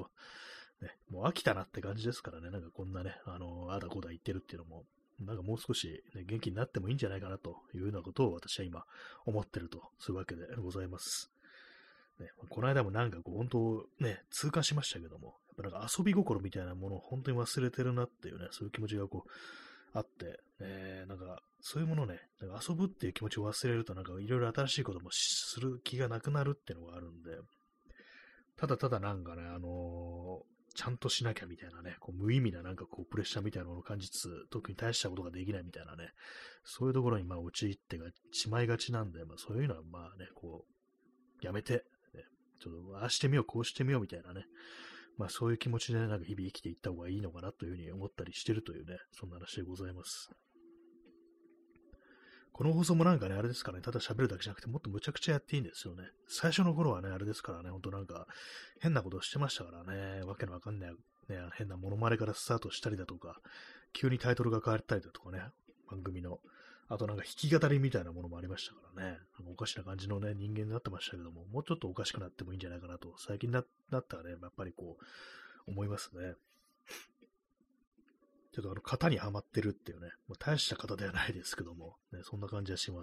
ね、もう飽きたなって感じですからね、なんかこんなね、あの、あだこだ言ってるっていうのも、なんかもう少し、ね、元気になってもいいんじゃないかなというようなことを私は今思ってると、そういうわけでございます。ね、この間もなんかこう本当ね、痛感しましたけども、やっぱなんか遊び心みたいなものを本当に忘れてるなっていうね、そういう気持ちがこうあって、えー、なんかそういうものね、なんか遊ぶっていう気持ちを忘れるとなんかいろいろ新しいこともする気がなくなるっていうのがあるんで、ただただなんかね、あのーちゃんとしなきゃみたいなね、こう無意味ななんかこうプレッシャーみたいなものを感じつつ、特に大したことができないみたいなね、そういうところにまあ陥ってがしまいがちなんで、まあそういうのはまあね、こう、やめて、ね、ちょっとああしてみよう、こうしてみようみたいなね、 まあそういう気持ちでね、なんか日々生きていった方がいいのかなというふうに思ったりしてるというね、そんな話でございます。この放送もなんかね、あれですからね、ただ喋るだけじゃなくて、もっとむちゃくちゃやっていいんですよね。最初の頃はね、あれですからね、ほんとなんか、変なことしてましたからね、わけのわかんない、ね、変なモノマネからスタートしたりだとか、急にタイトルが変わったりだとかね、番組の。あとなんか弾き語りみたいなものもありましたからね、なんかおかしな感じのね、人間になってましたけども、もうちょっとおかしくなってもいいんじゃないかなと、最近ななったらね、やっぱりこう、思いますね。ちょっとあの、型にはまってるっていうね、もう大した型ではないですけども、ね、そんな感じはします。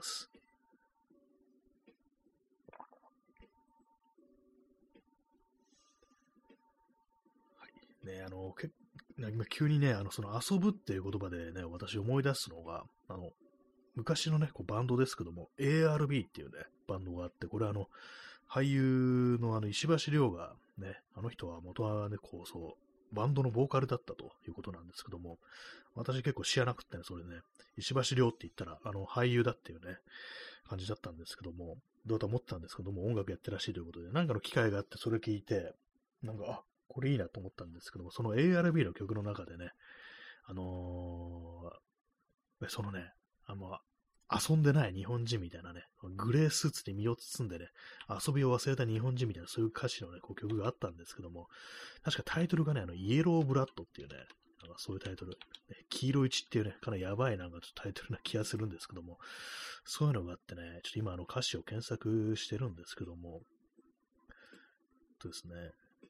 はい。ね、あの、け今急にね、あの、その遊ぶっていう言葉でね、私思い出すのが、あの、昔のね、こうバンドですけども、エーアールビー っていうね、バンドがあって、これあの、俳優のあの、石橋亮がね、あの人は元はね、こう、そう、バンドのボーカルだったということなんですけども、私結構知らなくってね、それね、石橋亮って言ったら、あの、俳優だっていうね、感じだったんですけども、どうと思ってたんですけども、音楽やってるらしいということで、なんかの機会があって、それ聞いて、なんか、あ、これいいなと思ったんですけども、その エーアールビー の曲の中でね、あのー、そのね、あの、遊んでない日本人みたいなね、グレースーツに身を包んでね、遊びを忘れた日本人みたいな、そういう歌詞のね、こう曲があったんですけども、確かタイトルがね、あの、イエローブラッドっていうね、なんかそういうタイトル、ね、黄色い血っていうね、かなりやばいなんかちょっとタイトルな気がするんですけども、そういうのがあってね、ちょっと今あの歌詞を検索してるんですけども、とですね、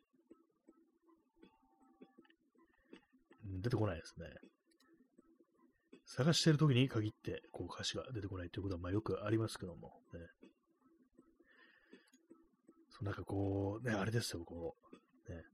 出てこないですね。探してる時に限って、こう歌詞が出てこないということは、まあよくありますけども、ね。そうなんかこう、ね、あれですよ、こう、ね。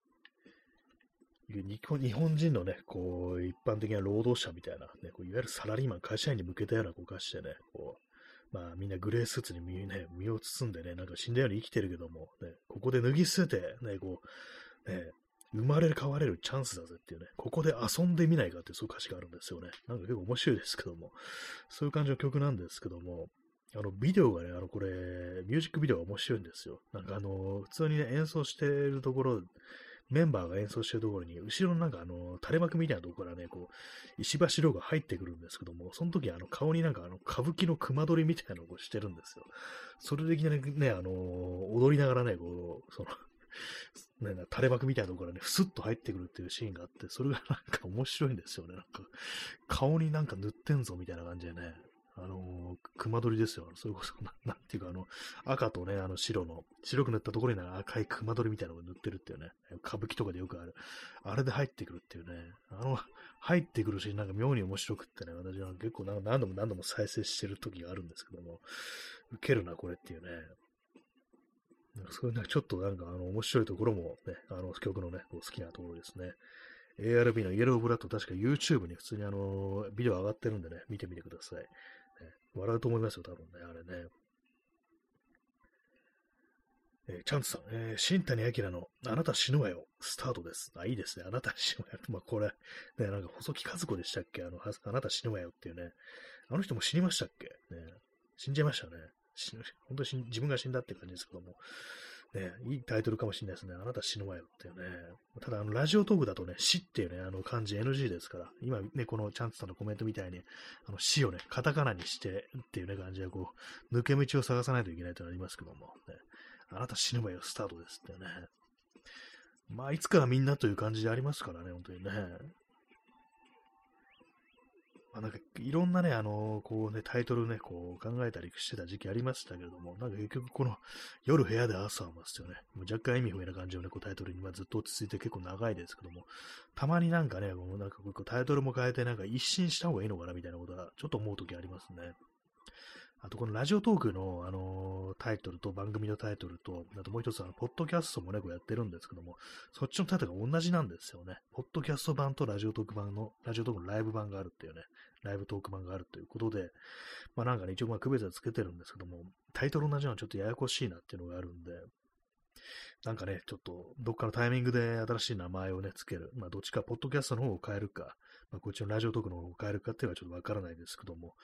日本日本人のね、こう、一般的な労働者みたいな、ね、こういわゆるサラリーマン、会社員に向けたようなこう歌詞でね、こう、まあみんなグレースーツに身,、ね、身を包んでね、なんか死んだように生きてるけども、ね、ここで脱ぎ捨てて、ね、こう、ね、生まれ変われるチャンスだぜっていうね、ここで遊んでみないかっていうそういう歌詞があるんですよね。なんか結構面白いですけども、そういう感じの曲なんですけども、あの、ビデオがね、あの、これ、ミュージックビデオが面白いんですよ。なんかあの、普通にね、演奏してるところ、メンバーが演奏してるところに、後ろのなんかあの、垂れ幕みたいなところからね、こう、石橋亮が入ってくるんですけども、その時あの、顔になんかあの、歌舞伎の熊取りみたいなのをしてるんですよ。それでいきなりね、あの、踊りながらね、こう、その、ね、垂れ幕みたいなところからね、ふすっと入ってくるっていうシーンがあって、それがなんか面白いんですよね。なんか、顔になんか塗ってんぞみたいな感じでね、あのー、熊取りですよ。それこそな、なんていうか、あの、赤とね、あの白の、白く塗ったところになんか赤い熊取りみたいなのが塗ってるっていうね、歌舞伎とかでよくある。あれで入ってくるっていうね、あの、入ってくるし、なんか妙に面白くってね、私は結構何度も何度も再生してる時があるんですけども、ウケるな、これっていうね。そういうなんかちょっとなんかあの面白いところもね、あの曲のね、こう好きなところですね。エーアールビー のイエローブラッド、確か YouTube に普通にあの、ビデオ上がってるんでね、見てみてください。ね、笑うと思いますよ、多分ね、あれね。えー、チャンツさん、えー、新谷明のあなた死ぬわよ、スタートです。あ、いいですね。あなた死ぬわよ。まあ、これ、ね、なんか細木和子でしたっけあの、あなた死ぬわよっていうね。あの人も死にましたっけね。死んじゃいましたね。死ぬ、本当に自分が死んだって感じですけども。ね、いいタイトルかもしれないですね。あなた死ぬわよっていうね。ただ、あの、ラジオトークだとね、死っていうね、あの漢字 エヌジー ですから、今ね、このチャンツさんのコメントみたいに、あの、死をね、カタカナにしてっていうね、感じで、こう、抜け道を探さないといけないとなりますけども、ね、あなた死ぬわよ、スタートですってね。まあ、いつかはみんなという感じでありますからね、本当にね。まあ、なんかいろんなね、あのーこうね、タイトルね、こう考えたりしてた時期ありましたけれども、なんか結局この夜部屋で朝を待つというね、もう若干意味不明な感じのね、こうタイトルにまあずっと落ち着いて結構長いですけども、たまになんかね、こうなんかこうタイトルも変えてなんか一新した方がいいのかなみたいなことはちょっと思う時ありますね。あと、このラジオトークの、あのータイトルと番組のタイトルと、あともう一つ、あの、ポッドキャストもね、こうやってるんですけども、そっちのタイトルが同じなんですよね。ポッドキャスト版とラジオトーク版の、ラジオトークのライブ版があるっていうね、ライブトーク版があるということで、まあなんかね、一応まあ区別はつけてるんですけども、タイトル同じのはちょっとややこしいなっていうのがあるんで、なんかね、ちょっと、どっかのタイミングで新しい名前をね、つける。まあ、どっちか、ポッドキャストの方を変えるか、まあ、こっちのラジオトークの方を変えるかっていうのはちょっとわからないですけども、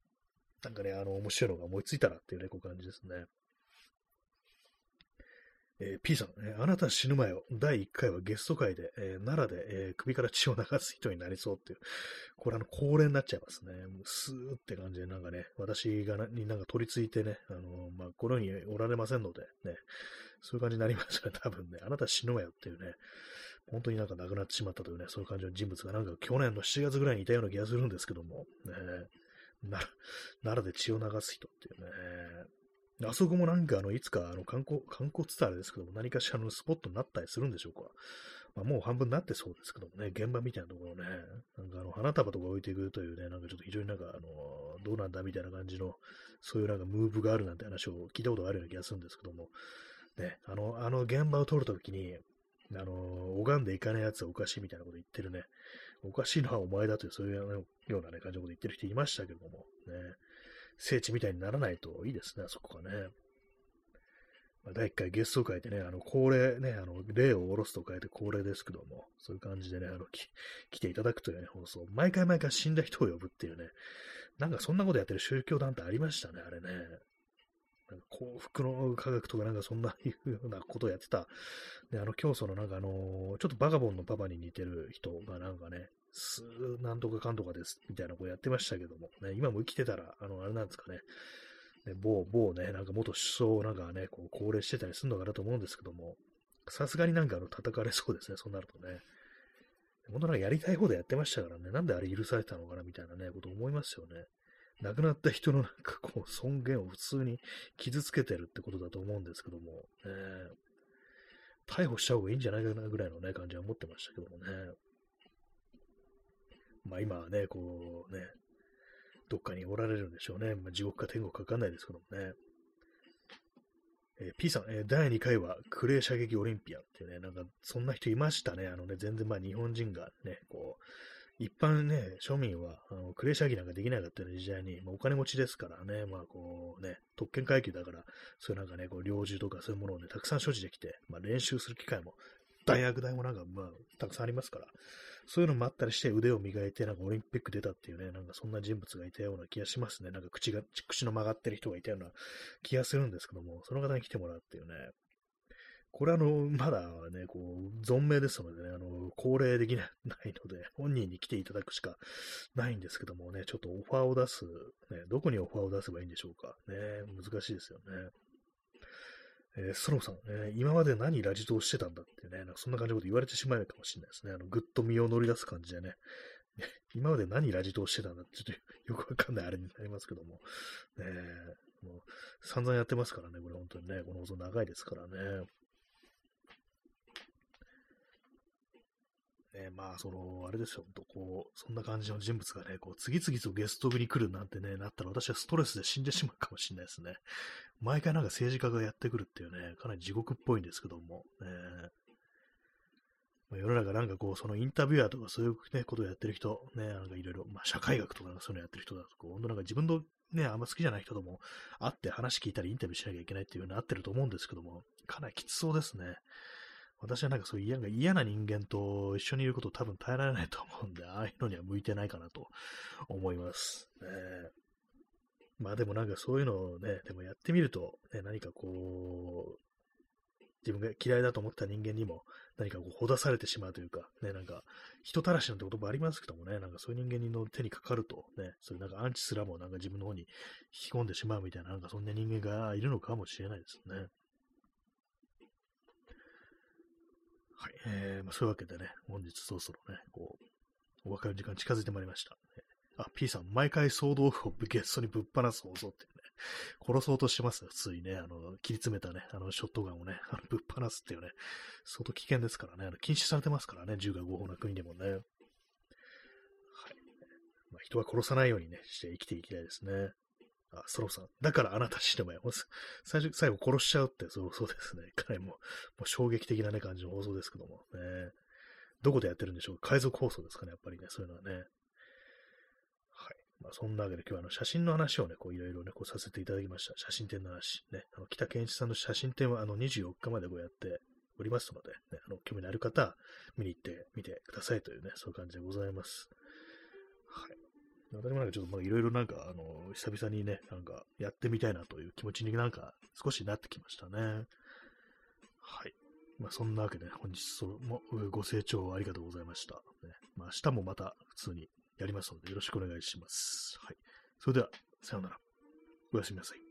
なんかね、あの、面白いのが思いついたらっていうね、こう感じですね。 えー、P さん、えーあなた死ぬ前よ。だいいっかいはゲスト会で、えー奈良で、えー首から血を流す人になりそうっていう。これあの、恒例になっちゃいますね。もうスーって感じで、なんかね、私がなになんか取り付いてね、あのーまあ、この世におられませんので、ね、そういう感じになりますね、多分ね。あなた死ぬわよっていうね、本当になんか亡くなってしまったというね、そういう感じの人物がなんか去年のしちがつぐらいにいたような気がするんですけども、ね、な奈良で血を流す人っていうね、あそこもなんかあの、いつかあの観光、観光つったらあれですけども、何かしらのスポットになったりするんでしょうか。まあ、もう半分になってそうですけどもね、現場みたいなところね、なんかあの、花束とか置いていくというね、なんかちょっと非常になんかあの、どうなんだみたいな感じの、そういうなんかムーブがあるなんて話を聞いたことがあるような気がするんですけども、ね、あの、あの現場を撮るときに、あの、拝んでいかないやつはおかしいみたいなこと言ってるね、おかしいのはお前だという、そういうようなね、感じのこと言ってる人いましたけども、ね、聖地みたいにならないといいですね、あそこがね。まあ、だいいっかいゲスト会でね、あの、恒例ね、あの、例を下ろすと書いて恒例ですけども、そういう感じでね、あの、き来ていただくというね、放送。毎回毎回死んだ人を呼ぶっていうね、なんかそんなことやってる宗教団体ありましたね、あれね。なんか幸福の科学とかなんかそんないうようなことをやってた、ね、あの教祖のなんかあのーちょっとバカボンのパパに似てる人がなんかね、すーなんとかかんとかですみたいなことやってましたけども、ね、今も生きてたら、あの、あれなんですかね、ね某、某ね、なんか元首相をなんかね、こう、高齢してたりするのかなと思うんですけども、さすがになんかあの、叩かれそうですね、そうなるとね。本当なんかやりたい方でやってましたからね、なんであれ許されたのかなみたいなね、こと思いますよね。亡くなった人のなんかこう、尊厳を普通に傷つけてるってことだと思うんですけども、ね、逮捕した方がいいんじゃないかなぐらいのね、感じは思ってましたけどもね。まあ今はね、こうね、どっかにおられるんでしょうね。まあ、地獄か天国かわかんないですけどもね。えー、P さん、えーだいにかいはクレー射撃オリンピアンっていうね、なんかそんな人いましたね。あのね、全然まあ日本人がね、こう、一般ね、庶民は、あの、クレー射撃なんかできなかったような時代に、まあ、お金持ちですからね、まあこうね、特権階級だから、そういうなんかね、こう、猟銃とかそういうものをね、たくさん所持できて、まあ練習する機会も、大学代もなんか、まあ、たくさんありますから、そういうのもあったりして腕を磨いて、なんかオリンピック出たっていうね、なんかそんな人物がいたような気がしますね。なんか口が、口の曲がってる人がいたような気がするんですけども、その方に来てもらうっていうね、これあの、まだね、こう、存命ですのでね、あの、高齢できないので、本人に来ていただくしかないんですけどもね、ちょっとオファーを出す、ね、どこにオファーを出せばいいんでしょうか。ね、難しいですよね。えー、スローさん、えー今まで何ラジトをしてたんだってね、なんかそんな感じのこと言われてしまうかもしれないですね。あの、ぐっと身を乗り出す感じでね。今まで何ラジトをしてたんだってちょっとよくわかんないあれになりますけども。ね、もう散々やってますからね、これ本当にね、この放送長いですからね。ね、まあ、その、あれですよ、ほんとこう、そんな感じの人物がね、こう、次々とゲストに来るなんてね、なったら私はストレスで死んでしまうかもしれないですね。毎回なんか政治家がやってくるっていうね、かなり地獄っぽいんですけども、ね、まあ、世の中なんかこう、そのインタビュアーとかそういうね、ことをやってる人、ね、なんかいろいろ、まあ、社会学とかそういうのやってる人だと、こう、本当なんか自分のね、あんま好きじゃない人とも会って話聞いたりインタビューしなきゃいけないっていうのになってると思うんですけども、かなりきつそうですね。私はなんかそういう嫌な嫌な人間と一緒にいることを多分耐えられないと思うんで、ああいうのには向いてないかなと思います。ね、まあでもなんかそういうのをね、でもやってみると、ね、何かこう、自分が嫌いだと思った人間にも何かこう、ほだされてしまうというか、ね、なんか、人たらしなんて言葉ありますけどもね、なんかそういう人間の手にかかると、ね、そういうなんかアンチすらもなんか自分の方に引き込んでしまうみたいな、なんかそんな人間がいるのかもしれないですね。はい。えー、まあ、そういうわけでね、本日そろそろね、こう、お別れの時間近づいてまいりました。あ、P さん、毎回総道具をゲストにぶっ放す放送っていうね、殺そうとしますよ、ついね、あの、切り詰めたね、あの、ショットガンをね、あのぶっ放すっていうね、相当危険ですからね、あの禁止されてますからね、銃が合法な国でもね。はい。まあ、人は殺さないようにね、して生きていきたいですね。あ、ソロさん。だからあなた死ねばよ。最初、最後殺しちゃうって、そうそうですね。かなりもう、もう衝撃的なね、感じの放送ですけども。ね、どこでやってるんでしょう。海賊放送ですかね、やっぱりね、そういうのはね。はい。まあ、そんなわけで今日はあの写真の話をね、こういろいろね、こうさせていただきました。写真展の話。ね、あの、北健一さんの写真展はあのにじゅうよっかまでこうやっておりますので、ね、あの、興味のある方は見に行ってみてくださいというね、そういう感じでございます。はい。私もなんかちょっといろいろなんか、あの、久々にね、なんかやってみたいなという気持ちになんか少しなってきましたね。 はい。まあ、そんなわけで、ね、本日そもご清聴ありがとうございました。ね、まあ、明日もまた普通にやりますので、よろしくお願いします。はい。それでは、さようなら。おやすみなさい。